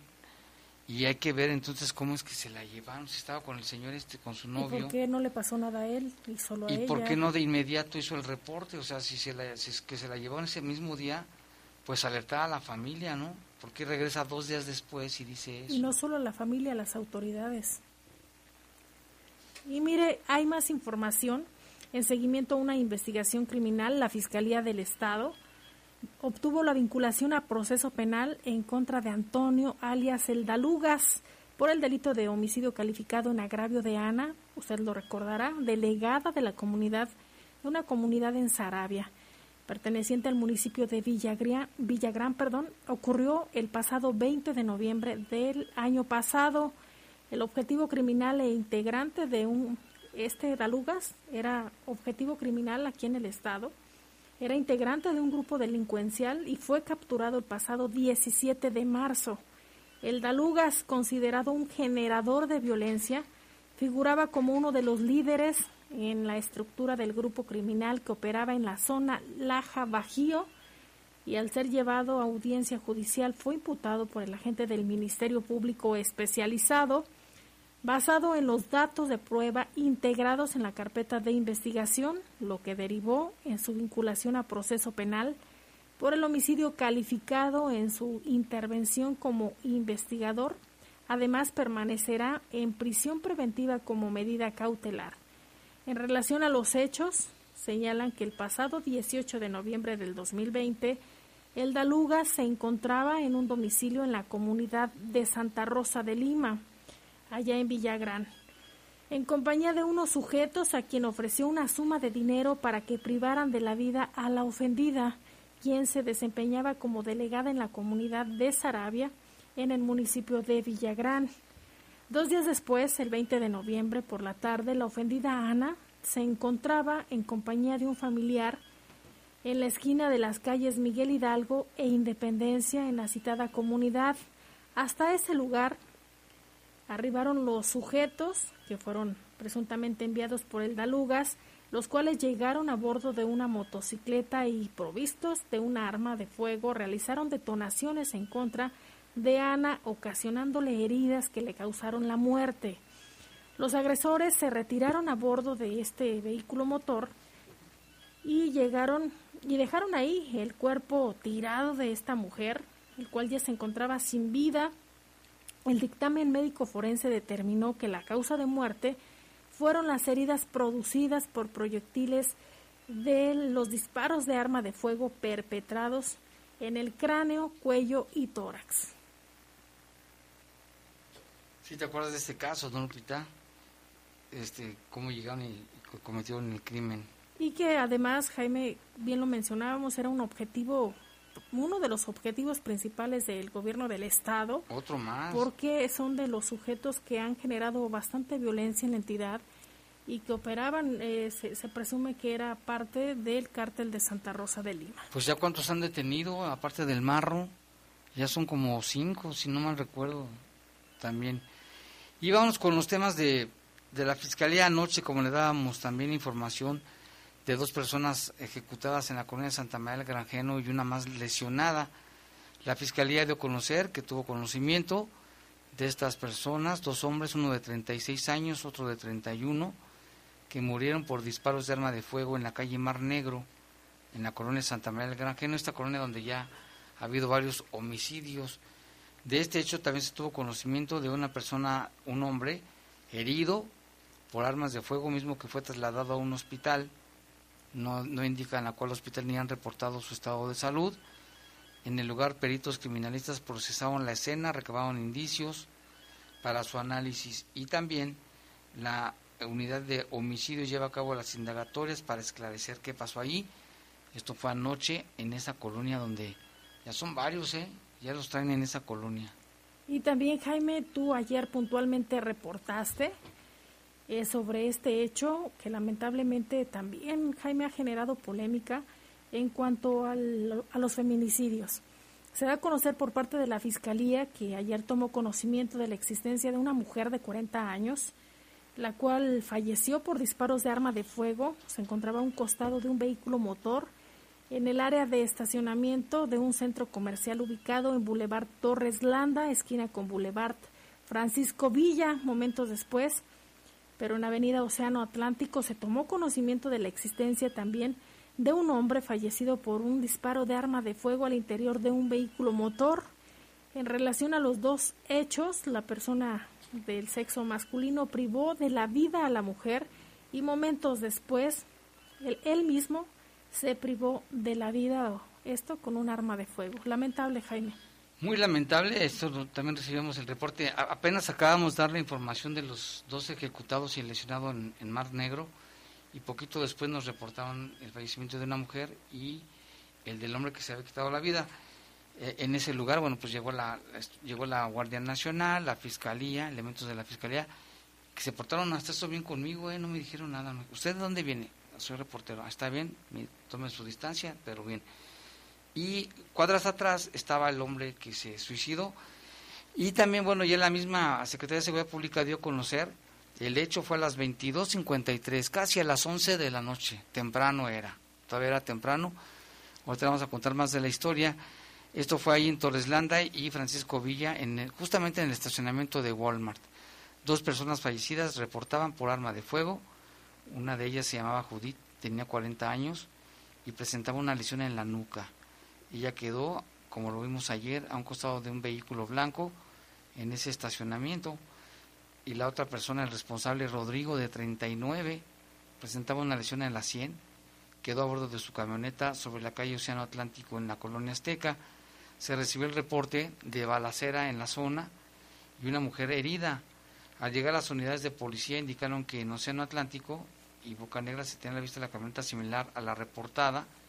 Y hay que ver entonces cómo es que se la llevaron, si estaba con el señor con su novio. ¿Y por qué no le pasó nada a él y solo a ella? ¿Y por qué no de inmediato hizo el reporte? O sea, si es que se la llevaron ese mismo día, pues alertar a la familia, ¿no? ¿Por qué regresa 2 días después y dice eso? Y no solo a la familia, a las autoridades. Y mire, hay más información. En seguimiento a una investigación criminal, la Fiscalía del Estado obtuvo la vinculación a proceso penal en contra de Antonio, alias El Dalugas, por el delito de homicidio calificado en agravio de Ana, usted lo recordará, delegada de una comunidad en Saravia, perteneciente al municipio de Villagrán, ocurrió el pasado 20 de noviembre del año pasado. El objetivo criminal e integrante de Dalugas era objetivo criminal aquí en el estado. Era integrante de un grupo delincuencial y fue capturado el pasado 17 de marzo. El Dalugas, considerado un generador de violencia, figuraba como uno de los líderes en la estructura del grupo criminal que operaba en la zona Laja Bajío, y al ser llevado a audiencia judicial fue imputado por el agente del Ministerio Público Especializado, basado en los datos de prueba integrados en la carpeta de investigación, lo que derivó en su vinculación a proceso penal por el homicidio calificado en su intervención como investigador. Además, permanecerá en prisión preventiva como medida cautelar. En relación a los hechos, señalan que el pasado 18 de noviembre del 2020, el Dalugas se encontraba en un domicilio en la comunidad de Santa Rosa de Lima, allá en Villagrán, en compañía de unos sujetos a quien ofreció una suma de dinero para que privaran de la vida a la ofendida, quien se desempeñaba como delegada en la comunidad de Saravia, en el municipio de Villagrán. 2 días después, el 20 de noviembre por la tarde, la ofendida Ana se encontraba en compañía de un familiar en la esquina de las calles Miguel Hidalgo e Independencia en la citada comunidad. Hasta ese lugar arribaron los sujetos que fueron presuntamente enviados por el Dalugas, los cuales llegaron a bordo de una motocicleta y provistos de un arma de fuego realizaron detonaciones en contra de Ana, ocasionándole heridas que le causaron la muerte. Los agresores se retiraron a bordo de este vehículo motor y dejaron ahí el cuerpo tirado de esta mujer, el cual ya se encontraba sin vida. El dictamen médico forense determinó que la causa de muerte fueron las heridas producidas por proyectiles de los disparos de arma de fuego perpetrados en el cráneo, cuello y tórax. ¿Sí te acuerdas de este caso, don Lupita? Cómo llegaron y cometieron el crimen. Y que además, Jaime, bien lo mencionábamos, era uno de los objetivos principales del gobierno del estado. Otro más. Porque son de los sujetos que han generado bastante violencia en la entidad y que operaban, se presume que era parte del cártel de Santa Rosa de Lima. Pues ya cuántos han detenido, aparte del Marro, ya son como 5, si no mal recuerdo, también. Y vamos con los temas de la Fiscalía. Anoche, como le dábamos también información de 2 personas ejecutadas en la colonia de Santa María del Granjeno y una más lesionada. La Fiscalía dio a conocer que tuvo conocimiento de estas personas, 2 hombres, uno de 36 años, otro de 31, que murieron por disparos de arma de fuego en la calle Mar Negro, en la colonia de Santa María del Granjeno, esta colonia donde ya ha habido varios homicidios. De este hecho también se tuvo conocimiento de una persona, un hombre, herido por armas de fuego, mismo que fue trasladado a un hospital. No indican a cuál hospital ni han reportado su estado de salud. En el lugar, peritos criminalistas procesaron la escena, recabaron indicios para su análisis, y también la unidad de homicidios lleva a cabo las indagatorias para esclarecer qué pasó ahí. Esto fue anoche en esa colonia donde ya son varios, ya los traen en esa colonia. Y también, Jaime, tú ayer puntualmente reportaste sobre este hecho que lamentablemente también, Jaime, ha generado polémica en cuanto a los feminicidios. Se da a conocer por parte de la Fiscalía que ayer tomó conocimiento de la existencia de una mujer de 40 años, la cual falleció por disparos de arma de fuego. Se encontraba a un costado de un vehículo motor en el área de estacionamiento de un centro comercial ubicado en Boulevard Torres Landa, esquina con Boulevard Francisco Villa. Momentos después, pero en Avenida Océano Atlántico, se tomó conocimiento de la existencia también de un hombre fallecido por un disparo de arma de fuego al interior de un vehículo motor. En relación a los 2 hechos, la persona del sexo masculino privó de la vida a la mujer y momentos después él mismo se privó de la vida, esto con un arma de fuego. Lamentable, Jaime. Muy lamentable. Esto también recibimos el reporte. Apenas acabamos de dar la información de los 2 ejecutados y el lesionado en Mar Negro, y poquito después nos reportaron el fallecimiento de una mujer y el del hombre que se había quitado la vida. En ese lugar, bueno, pues llegó la Guardia Nacional, la Fiscalía, elementos de la Fiscalía, que se portaron hasta eso bien conmigo, no me dijeron nada. ¿Usted de dónde viene? Soy reportero. Está bien, tome su distancia, pero bien. Y cuadras atrás estaba el hombre que se suicidó. Y también, bueno, ya la misma Secretaría de Seguridad Pública dio a conocer, el hecho fue a las 22:53, casi a las 11 de la noche, todavía era temprano. Ahorita vamos a contar más de la historia. Esto fue ahí en Torres Landa y Francisco Villa, justamente en el estacionamiento de Walmart. 2 personas fallecidas reportaban por arma de fuego. Una de ellas se llamaba Judith, tenía 40 años y presentaba una lesión en la nuca. Ella quedó, como lo vimos ayer, a un costado de un vehículo blanco en ese estacionamiento. Y la otra persona, el responsable, Rodrigo, de 39, presentaba una lesión en la sien. Quedó a bordo de su camioneta sobre la calle Océano Atlántico en la colonia Azteca. Se recibió el reporte de balacera en la zona y una mujer herida. Al llegar a las unidades de policía indicaron que en Océano Atlántico y Bocanegra se tenía a la vista la camioneta similar a la reportada,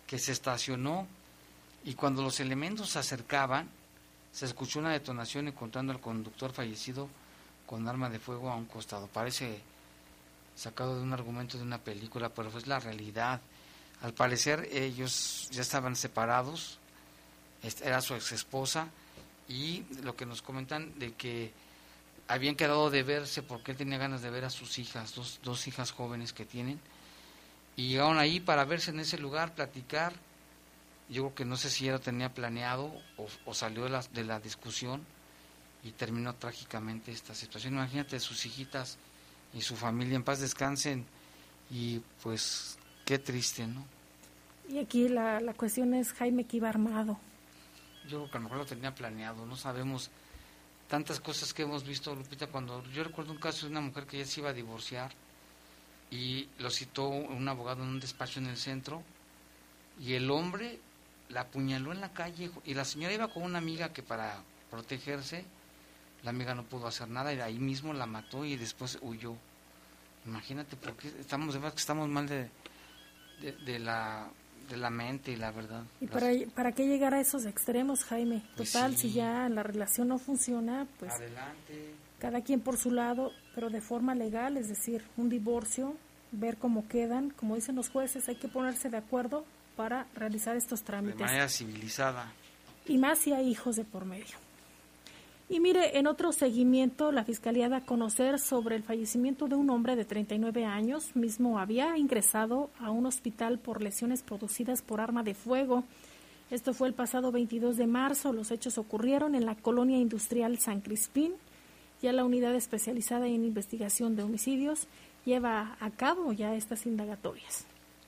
que se estacionó y cuando los elementos se acercaban, se escuchó una detonación encontrando al conductor fallecido con arma de fuego a un costado. Parece sacado de un argumento de una película, pero es la realidad. Al parecer ellos ya estaban separados, era su ex esposa, y lo que nos comentan de que habían quedado de verse porque él tenía ganas de ver a sus hijas, dos hijas jóvenes que tienen, y llegaron ahí para verse en ese lugar, platicar. Yo creo que no sé si ya lo tenía planeado o salió de la discusión y terminó trágicamente esta situación. Imagínate sus hijitas y su familia, en paz descansen, y pues qué triste, ¿no? Y aquí la cuestión es Jaime que iba armado. Yo creo que a lo mejor lo tenía planeado, no sabemos tantas cosas que hemos visto, Lupita. Cuando yo recuerdo un caso de una mujer que ya se iba a divorciar y lo citó un abogado en un despacho en el centro, y el hombre la apuñaló en la calle, y la señora iba con una amiga que para protegerse, la amiga no pudo hacer nada y ahí mismo la mató y después huyó. Imagínate, porque estamos mal de la mente y la verdad. ¿Y para qué llegar a esos extremos, Jaime? Total, pues sí. Si ya la relación no funciona, pues adelante, cada quien por su lado, pero de forma legal, es decir, un divorcio, ver cómo quedan, como dicen los jueces, hay que ponerse de acuerdo para realizar estos trámites. De manera civilizada. Y más si hay hijos de por medio. Y mire, en otro seguimiento, la Fiscalía da a conocer sobre el fallecimiento de un hombre de 39 años, mismo había ingresado a un hospital por lesiones producidas por arma de fuego. Esto fue el pasado 22 de marzo, los hechos ocurrieron en la colonia industrial San Crispín. Ya la unidad especializada en investigación de homicidios lleva a cabo ya estas indagatorias.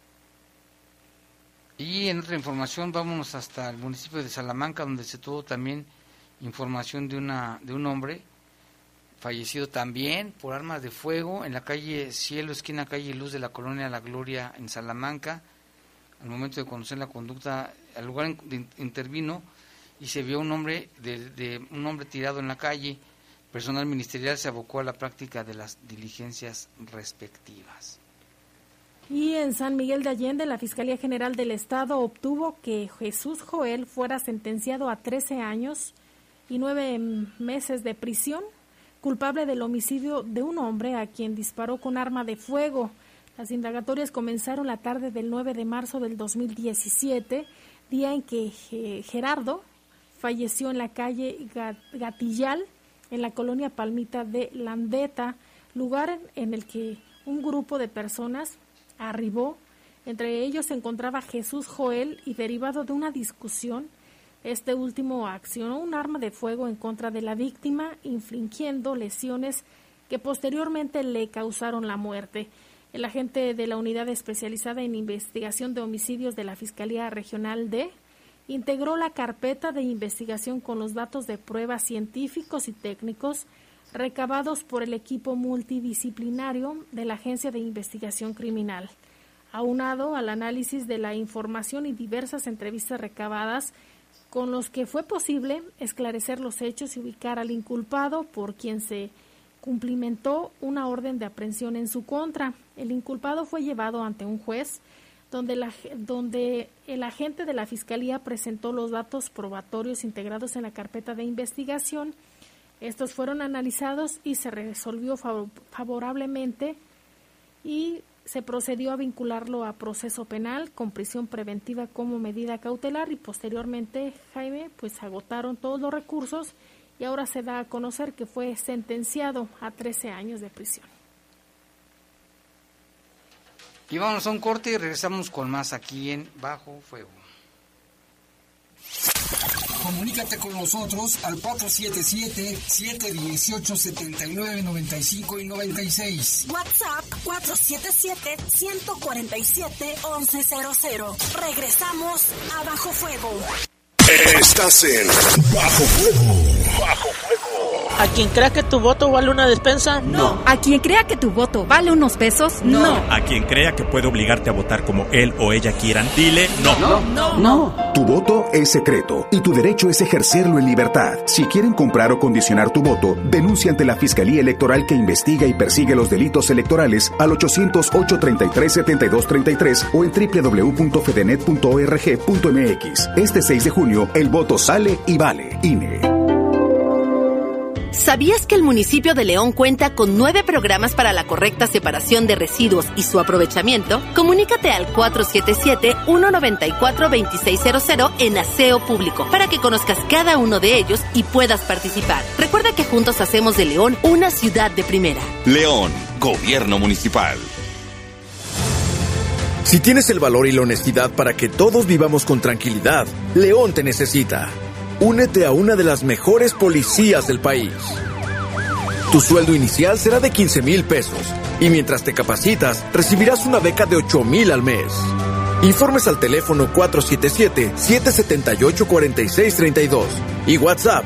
Y en otra información, vámonos hasta el municipio de Salamanca, donde se tuvo también información de un hombre fallecido también por armas de fuego en la calle Cielo, esquina calle Luz de la colonia La Gloria en Salamanca. Al momento de conocer la conducta, al lugar intervino y se vio un hombre un hombre tirado en la calle. Personal ministerial se abocó a la práctica de las diligencias respectivas. Y en San Miguel de Allende, la Fiscalía General del Estado obtuvo que Jesús Joel fuera sentenciado a 13 años y 9 meses de prisión, culpable del homicidio de un hombre a quien disparó con arma de fuego. Las indagatorias comenzaron la tarde del 9 de marzo del 2017, día en que Gerardo falleció en la calle Gatillal, en la colonia Palmita de Landeta, lugar en el que un grupo de personas arribó. Entre ellos se encontraba Jesús Joel y, derivado de una discusión, este último accionó un arma de fuego en contra de la víctima, infligiendo lesiones que posteriormente le causaron la muerte. El agente de la Unidad Especializada en Investigación de Homicidios de la Fiscalía Regional D integró la carpeta de investigación con los datos de pruebas científicos y técnicos recabados por el equipo multidisciplinario de la Agencia de Investigación Criminal, aunado al análisis de la información y diversas entrevistas recabadas, con los que fue posible esclarecer los hechos y ubicar al inculpado, por quien se cumplimentó una orden de aprehensión en su contra. El inculpado fue llevado ante un juez, donde el agente de la Fiscalía presentó los datos probatorios integrados en la carpeta de investigación. Estos fueron analizados y se resolvió favorablemente y se procedió a vincularlo a proceso penal con prisión preventiva como medida cautelar, y posteriormente, Jaime, pues agotaron todos los recursos y ahora se da a conocer que fue sentenciado a 13 años de prisión. Y vamos a un corte y regresamos con más aquí en Bajo Fuego. Comunícate con nosotros al 477-718-7995 y 96. WhatsApp 477-147-1100. Regresamos a Bajo Fuego. Estás en Bajo Fuego. Bajo Fuego. ¿A quien crea que tu voto vale una despensa? No. ¿A quien crea que tu voto vale unos pesos? No. ¿A quien crea que puede obligarte a votar como él o ella quieran? Dile no. No. Tu voto es secreto y tu derecho es ejercerlo en libertad. Si quieren comprar o condicionar tu voto, denuncia ante la Fiscalía Electoral que investiga y persigue los delitos electorales al 800-833-7233 o en www.fedenet.org.mx. Este 6 de junio, el voto sale y vale. INE. ¿Sabías que el municipio de León cuenta con 9 programas para la correcta separación de residuos y su aprovechamiento? Comunícate al 477-194-2600 en Aseo Público para que conozcas cada uno de ellos y puedas participar. Recuerda que juntos hacemos de León una ciudad de primera. León, Gobierno Municipal. Si tienes el valor y la honestidad para que todos vivamos con tranquilidad, León te necesita. Únete a una de las mejores policías del país. Tu sueldo inicial será de 15,000 pesos y mientras te capacitas, recibirás una beca de 8,000 al mes. Informes al teléfono 477-778-4632 y WhatsApp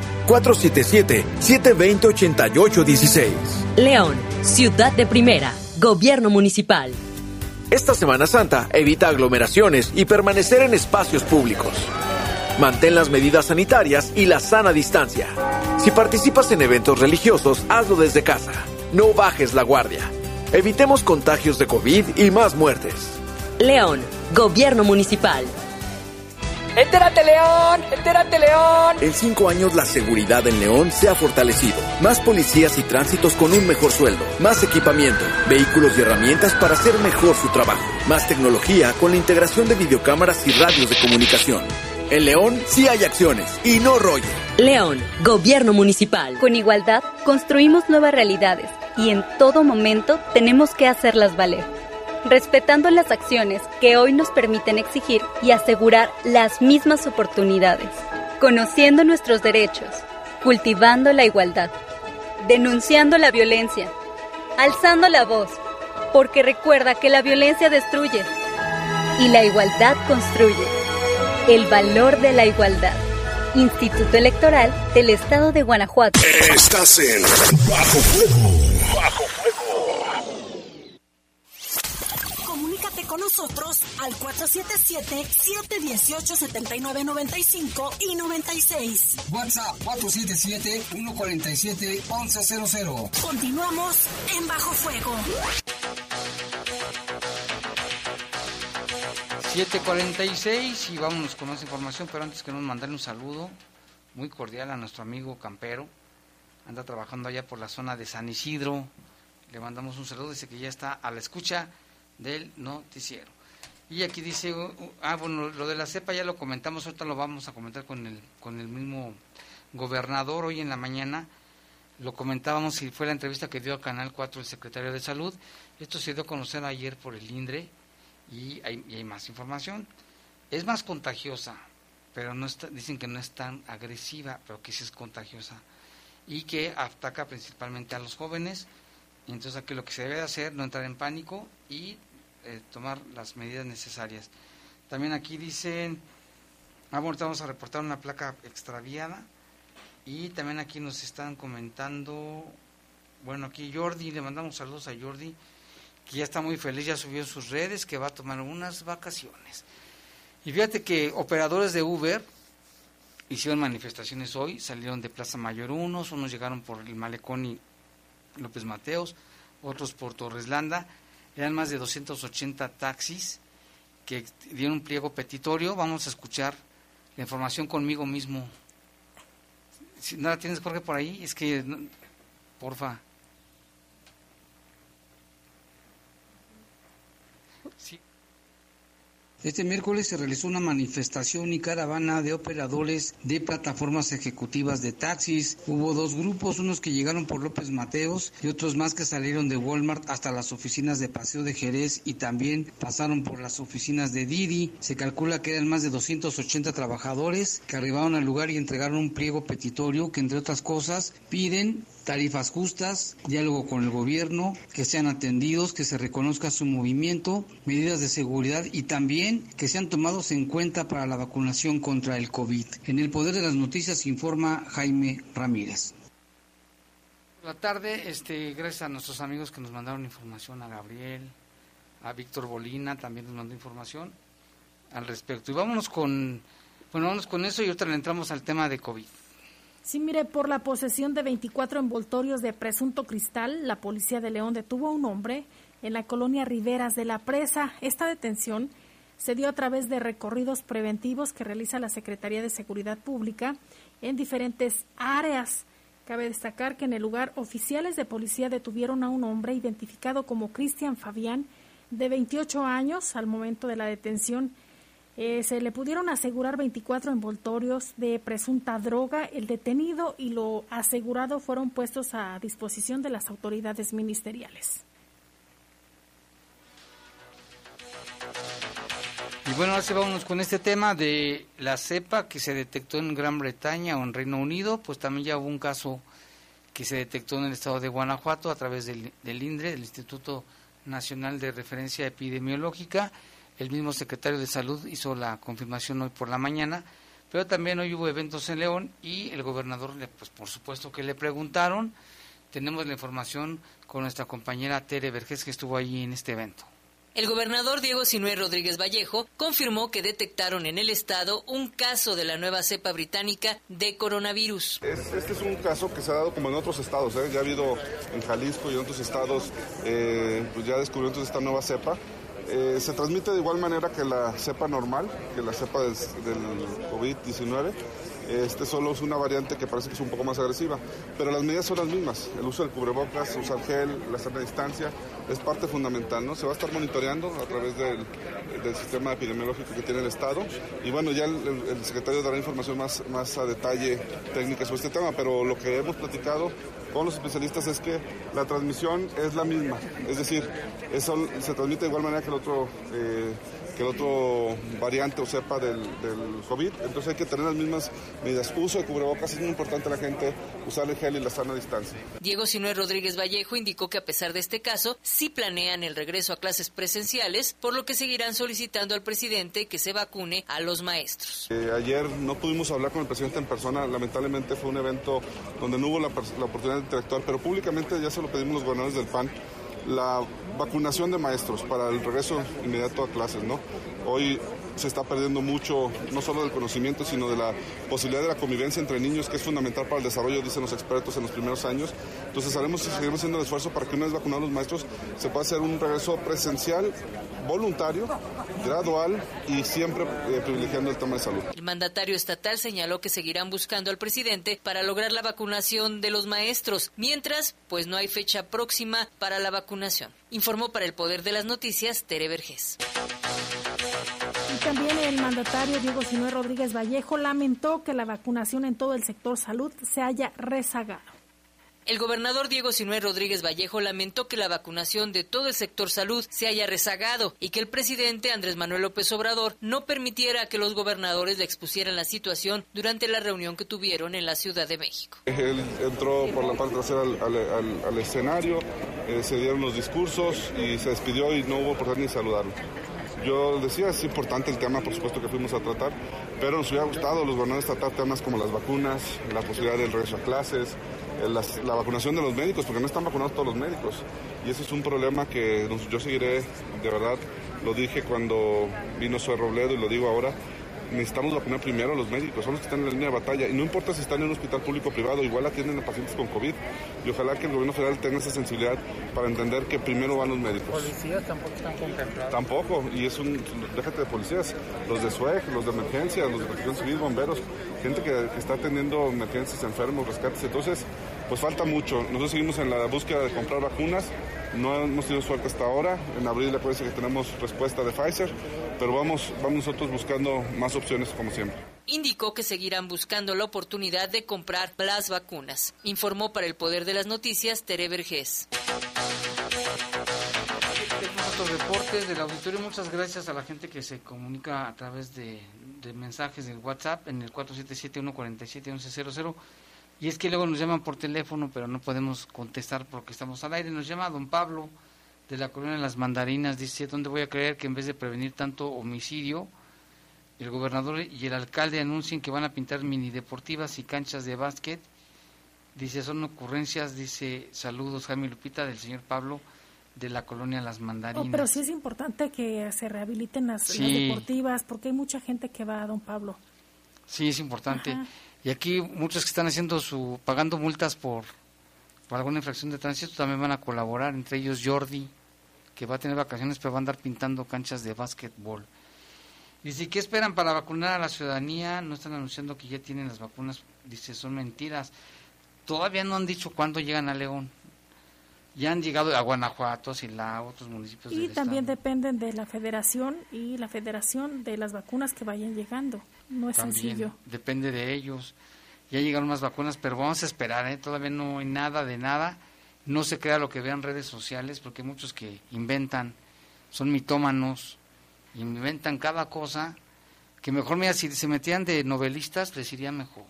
477-720-8816. León, ciudad de primera, Gobierno Municipal. Esta Semana Santa, evita aglomeraciones y permanecer en espacios públicos. Mantén las medidas sanitarias y la sana distancia. Si participas en eventos religiosos, hazlo desde casa. No bajes la guardia. Evitemos contagios de COVID y más muertes. León, Gobierno Municipal. ¡Entérate, León! ¡Entérate, León! En 5 años la seguridad en León se ha fortalecido. Más policías y tránsitos con un mejor sueldo. Más equipamiento, vehículos y herramientas para hacer mejor su trabajo. Más tecnología con la integración de videocámaras y radios de comunicación. En León sí hay acciones y no rollo. León, Gobierno Municipal. Con igualdad construimos nuevas realidades y en todo momento tenemos que hacerlas valer. Respetando las acciones que hoy nos permiten exigir y asegurar las mismas oportunidades. Conociendo nuestros derechos, cultivando la igualdad, denunciando la violencia, alzando la voz, porque recuerda que la violencia destruye y la igualdad construye. El valor de la igualdad. Instituto Electoral del Estado de Guanajuato. Estás en Bajo Fuego. Bajo Fuego. Comunícate con nosotros al 477-718-7995 y 96. WhatsApp 477-147-1100. Continuamos en Bajo Fuego. 7:46 y vámonos con más información, pero antes que nos mandarle un saludo muy cordial a nuestro amigo campero, anda trabajando allá por la zona de San Isidro, le mandamos un saludo, dice que ya está a la escucha del noticiero. Y aquí dice, bueno, lo de la cepa ya lo comentamos, ahorita lo vamos a comentar con el mismo gobernador hoy en la mañana, lo comentábamos y fue la entrevista que dio a Canal 4 el secretario de Salud, esto se dio a conocer ayer por el INDRE, y hay más información. Es más contagiosa, pero no está, dicen que no es tan agresiva, pero que sí es contagiosa y que ataca principalmente a los jóvenes. Y entonces aquí lo que se debe hacer, no entrar en pánico y tomar las medidas necesarias. También aquí dicen, ahorita vamos a reportar una placa extraviada y también aquí nos están comentando, bueno, aquí Jordi, le mandamos saludos a Jordi, que ya está muy feliz, ya subió en sus redes, que va a tomar unas vacaciones. Y fíjate que operadores de Uber hicieron manifestaciones hoy, salieron de Plaza Mayor unos llegaron por el Malecón y López Mateos, otros por Torres Landa, eran más de 280 taxis que dieron un pliego petitorio. Vamos a escuchar la información conmigo mismo. Si no la tienes, Jorge, por ahí, es que, porfa. Sí. Este miércoles se realizó una manifestación y caravana de operadores de plataformas ejecutivas de taxis. Hubo dos grupos, unos que llegaron por López Mateos y otros más que salieron de Walmart hasta las oficinas de Paseo de Jerez y también pasaron por las oficinas de Didi. Se calcula que eran más de 280 trabajadores que arribaron al lugar y entregaron un pliego petitorio que, entre otras cosas, piden tarifas justas, diálogo con el gobierno, que sean atendidos, que se reconozca su movimiento, medidas de seguridad y también que sean tomados en cuenta para la vacunación contra el COVID. En el Poder de las Noticias informa Jaime Ramírez. La tarde, gracias a nuestros amigos que nos mandaron información, a Gabriel, a Víctor Bolina, también nos mandó información al respecto. Y vámonos con eso y ahorita le entramos al tema de COVID. Sí, mire, por la posesión de 24 envoltorios de presunto cristal, la policía de León detuvo a un hombre en la colonia Riberas de la Presa. Esta detención se dio a través de recorridos preventivos que realiza la Secretaría de Seguridad Pública en diferentes áreas. Cabe destacar que en el lugar oficiales de policía detuvieron a un hombre identificado como Cristian Fabián, de 28 años. Al momento de la detención se le pudieron asegurar 24 envoltorios de presunta droga. El detenido y lo asegurado fueron puestos a disposición de las autoridades ministeriales. Y bueno, ahora sí vámonos con este tema de la cepa que se detectó en Gran Bretaña o en Reino Unido. Pues también ya hubo un caso que se detectó en el estado de Guanajuato a través del INDRE, del Instituto Nacional de Referencia Epidemiológica. El mismo secretario de Salud hizo la confirmación hoy por la mañana, pero también hoy hubo eventos en León y el gobernador, pues por supuesto que le preguntaron. Tenemos la información con nuestra compañera Tere Vergés, que estuvo ahí en este evento. El gobernador Diego Sinue Rodríguez Vallejo confirmó que detectaron en el estado un caso de la nueva cepa británica de coronavirus. Este es un caso que se ha dado como en otros estados, ya ha habido en Jalisco y en otros estados, pues ya descubrimientos de esta nueva cepa. Se transmite de igual manera que la cepa normal, que la cepa del COVID-19. Solo es una variante que parece que es un poco más agresiva, pero las medidas son las mismas. El uso del cubrebocas, usar gel, la sana distancia, es parte fundamental, ¿no? Se va a estar monitoreando a través del sistema epidemiológico que tiene el Estado, y bueno, ya el secretario dará información más a detalle técnica sobre este tema, pero lo que hemos platicado con los especialistas es que la transmisión es la misma, es decir, se transmite de igual manera que el otro variante o cepa del COVID, entonces hay que tener las mismas medidas. Uso de cubrebocas, es muy importante a la gente usar el gel y la sana distancia. Diego Sinue Rodríguez Vallejo indicó que a pesar de este caso, sí planean el regreso a clases presenciales, por lo que seguirán solicitando al presidente que se vacune a los maestros. Ayer no pudimos hablar con el presidente en persona, lamentablemente fue un evento donde no hubo la oportunidad de interactuar, pero públicamente ya se lo pedimos los gobernadores del PAN, la vacunación de maestros para el regreso inmediato a clases, ¿no? Hoy se está perdiendo mucho, no solo del conocimiento, sino de la posibilidad de la convivencia entre niños, que es fundamental para el desarrollo, dicen los expertos, en los primeros años. Entonces seguiremos haciendo el esfuerzo para que una vez vacunados los maestros se pueda hacer un regreso presencial, voluntario, gradual y siempre privilegiando el tema de salud. El mandatario estatal señaló que seguirán buscando al presidente para lograr la vacunación de los maestros, mientras, pues no hay fecha próxima para la vacunación. Informó para el Poder de las Noticias Tere Vergés. Y también el mandatario Diego Sinue Rodríguez Vallejo lamentó que la vacunación en todo el sector salud se haya rezagado. El gobernador Diego Sinue Rodríguez Vallejo lamentó que la vacunación de todo el sector salud se haya rezagado y que el presidente Andrés Manuel López Obrador no permitiera que los gobernadores le expusieran la situación durante la reunión que tuvieron en la Ciudad de México. Él entró por la parte trasera al escenario, se dieron los discursos y se despidió y no hubo oportunidad ni saludarlo. Yo decía, es importante el tema, por supuesto que fuimos a tratar, pero nos hubiera gustado los gobernadores tratar temas como las vacunas, la posibilidad del regreso a clases, la vacunación de los médicos, porque no están vacunados todos los médicos. Y ese es un problema que yo seguiré, de verdad, lo dije cuando vino Zoe Robledo y lo digo ahora, necesitamos vacunar primero a los médicos, son los que están en la línea de batalla, y no importa si están en un hospital público o privado, igual atienden a pacientes con COVID, y ojalá que el gobierno federal tenga esa sensibilidad para entender que primero van los médicos. ¿Policías tampoco están contemplados? Tampoco, y déjate de policías, los de SUEG, los de emergencia, los de protección civil, bomberos, gente que está atendiendo emergencias, enfermos, rescates, entonces pues falta mucho. Nosotros seguimos en la búsqueda de comprar vacunas, no hemos tenido suerte hasta ahora, en abril parece que tenemos respuesta de Pfizer, pero vamos nosotros buscando más opciones como siempre. Indicó que seguirán buscando la oportunidad de comprar las vacunas. Informó para el Poder de las Noticias Tere Vergés. Otros reportes del auditorio. Muchas gracias a la gente que se comunica a través de mensajes del WhatsApp en el 477-147-1100. Y es que luego nos llaman por teléfono, pero no podemos contestar porque estamos al aire. Nos llama don Pablo de la colonia Las Mandarinas, dice, ¿dónde voy a creer que en vez de prevenir tanto homicidio, el gobernador y el alcalde anuncien que van a pintar minideportivas y canchas de básquet? Dice, son ocurrencias, dice, saludos Jaime y Lupita, del señor Pablo de la colonia Las Mandarinas. Pero sí es importante que se rehabiliten las deportivas, porque hay mucha gente que va a don Pablo. Sí, es importante. Ajá. Y aquí muchos que están pagando multas por alguna infracción de tránsito también van a colaborar, entre ellos Jordi, que va a tener vacaciones pero va a andar pintando canchas de básquetbol. Dice, ¿qué esperan para vacunar a la ciudadanía? No están anunciando que ya tienen las vacunas. Dice, son mentiras. Todavía no han dicho cuándo llegan a León. Ya han llegado a Guanajuato, Silao, otros municipios del estado. Y también dependen de la federación y la federación de las vacunas que vayan llegando. No es también sencillo. Depende de ellos. Ya llegaron más vacunas, pero vamos a esperar, todavía no hay nada de nada. No se crea lo que vean redes sociales, porque hay muchos que inventan, son mitómanos, inventan cada cosa, que mejor, mira, si se metían de novelistas, les iría mejor.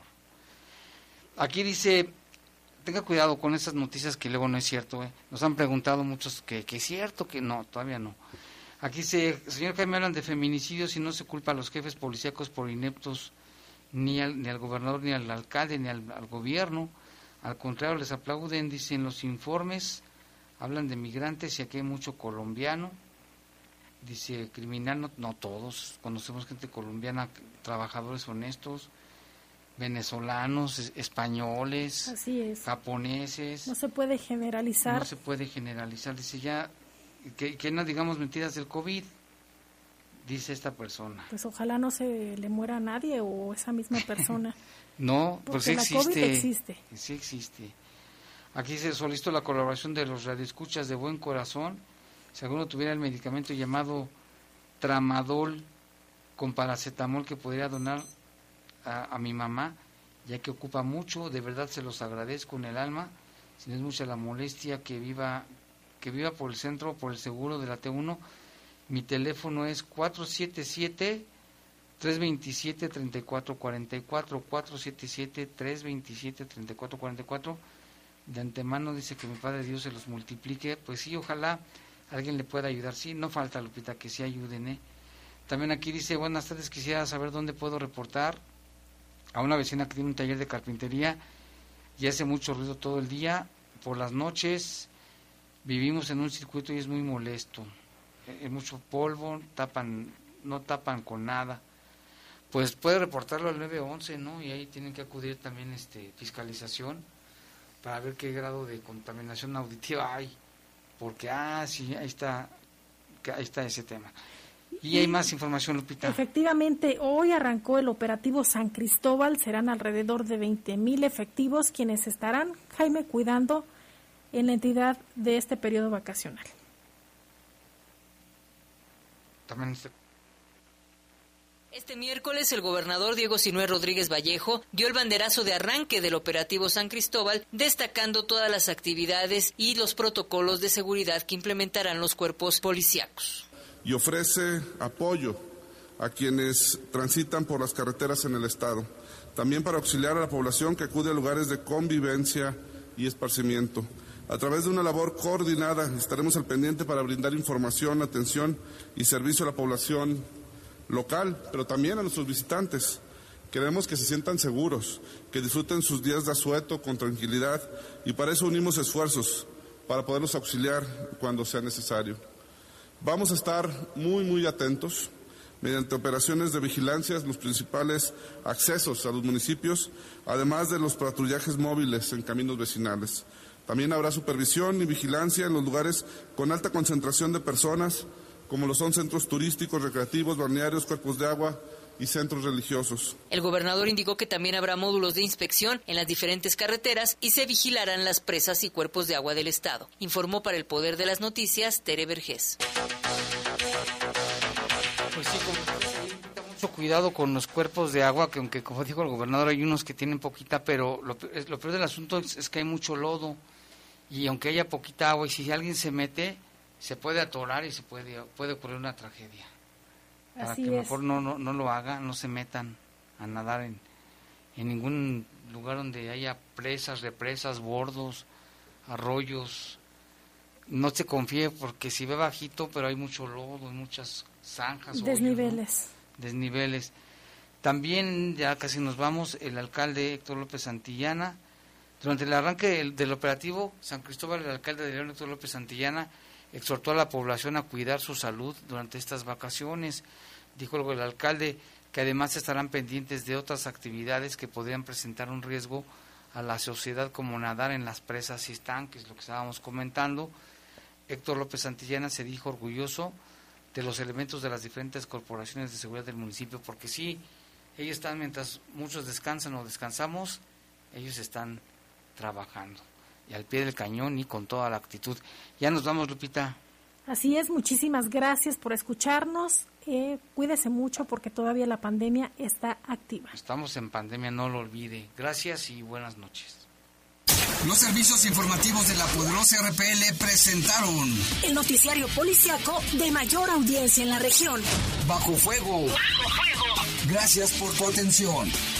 Aquí dice, tenga cuidado con esas noticias que luego no es cierto. Nos han preguntado muchos que es cierto, que no, todavía no. Aquí dice, señor Jaime, hablan de feminicidios y no se culpa a los jefes policíacos por ineptos, ni al gobernador, ni al alcalde, ni al gobierno. Al contrario, les aplauden, dicen los informes, hablan de migrantes y aquí hay mucho colombiano. Dice, criminal, no todos, conocemos gente colombiana, trabajadores honestos, venezolanos, españoles, así es, japoneses. No se puede generalizar. No se puede generalizar, dice ya, que no digamos mentiras del COVID, dice esta persona. Pues ojalá no se le muera a nadie o esa misma persona. No, pues sí existe. COVID existe. Sí existe. Aquí se solicitó la colaboración de los radioescuchas de buen corazón. Si alguno tuviera el medicamento llamado Tramadol con paracetamol que podría donar a mi mamá, ya que ocupa mucho, de verdad se los agradezco en el alma. Si no es mucha la molestia, que viva por el centro, por el seguro de la T1. Mi teléfono es 477-327-3444, 477-327-3444. De antemano dice que mi Padre Dios se los multiplique. Pues sí, ojalá alguien le pueda ayudar. Sí, no falta, Lupita, que sí ayuden, También aquí dice, buenas tardes, quisiera saber dónde puedo reportar a una vecina que tiene un taller de carpintería y hace mucho ruido todo el día. Por las noches vivimos en un circuito y es muy molesto. Hay mucho polvo, no tapan con nada. Pues puede reportarlo al 911, ¿no? Y ahí tienen que acudir también fiscalización para ver qué grado de contaminación auditiva hay. Porque, sí, ahí está ese tema. Y hay más información, Lupita. Efectivamente, hoy arrancó el operativo San Cristóbal. Serán alrededor de 20,000 efectivos quienes estarán, Jaime, cuidando en la entidad de este periodo vacacional. También Este miércoles el gobernador Diego Sinue Rodríguez Vallejo dio el banderazo de arranque del operativo San Cristóbal, destacando todas las actividades y los protocolos de seguridad que implementarán los cuerpos policíacos. Y ofrece apoyo a quienes transitan por las carreteras en el estado, también para auxiliar a la población que acude a lugares de convivencia y esparcimiento. A través de una labor coordinada estaremos al pendiente para brindar información, atención y servicio a la población local, pero también a nuestros visitantes. Queremos que se sientan seguros, que disfruten sus días de asueto con tranquilidad y para eso unimos esfuerzos para poderlos auxiliar cuando sea necesario. Vamos a estar muy atentos mediante operaciones de vigilancia en los principales accesos a los municipios, además de los patrullajes móviles en caminos vecinales. También habrá supervisión y vigilancia en los lugares con alta concentración de personas, como lo son centros turísticos, recreativos, balnearios, cuerpos de agua y centros religiosos. El gobernador indicó que también habrá módulos de inspección en las diferentes carreteras y se vigilarán las presas y cuerpos de agua del estado. Informó para el Poder de las Noticias Tere Vergés. Pues sí, mucho cuidado con los cuerpos de agua, que aunque como dijo el gobernador hay unos que tienen poquita, pero lo peor del asunto es que hay mucho lodo y aunque haya poquita agua y si alguien se mete se puede atorar y puede ocurrir una tragedia. Para Así que es. mejor no lo hagan, no se metan a nadar en ningún lugar donde haya presas, represas, bordos, arroyos. No se confíe porque si ve bajito, pero hay mucho lodo, muchas zanjas. Desniveles. Hoyos, ¿no? Desniveles. También, ya casi nos vamos, el alcalde Héctor López Santillana, durante el arranque del operativo San Cristóbal, el alcalde de León, Héctor López Santillana, exhortó a la población a cuidar su salud durante estas vacaciones. Dijo el alcalde que además estarán pendientes de otras actividades que podrían presentar un riesgo a la sociedad, como nadar en las presas y estanques, lo que estábamos comentando. Héctor López Santillana se dijo orgulloso de los elementos de las diferentes corporaciones de seguridad del municipio, porque sí, ellos están, mientras muchos descansan o descansamos, ellos están trabajando, y al pie del cañón y con toda la actitud. Ya nos vamos, Lupita. Así es, muchísimas gracias por escucharnos. Cuídese mucho porque todavía la pandemia está activa. Estamos en pandemia, no lo olvide. Gracias y buenas noches. Los servicios informativos de la poderosa RPL presentaron el noticiario policiaco de mayor audiencia en la región. Bajo Fuego. Bajo Fuego. Gracias por tu atención.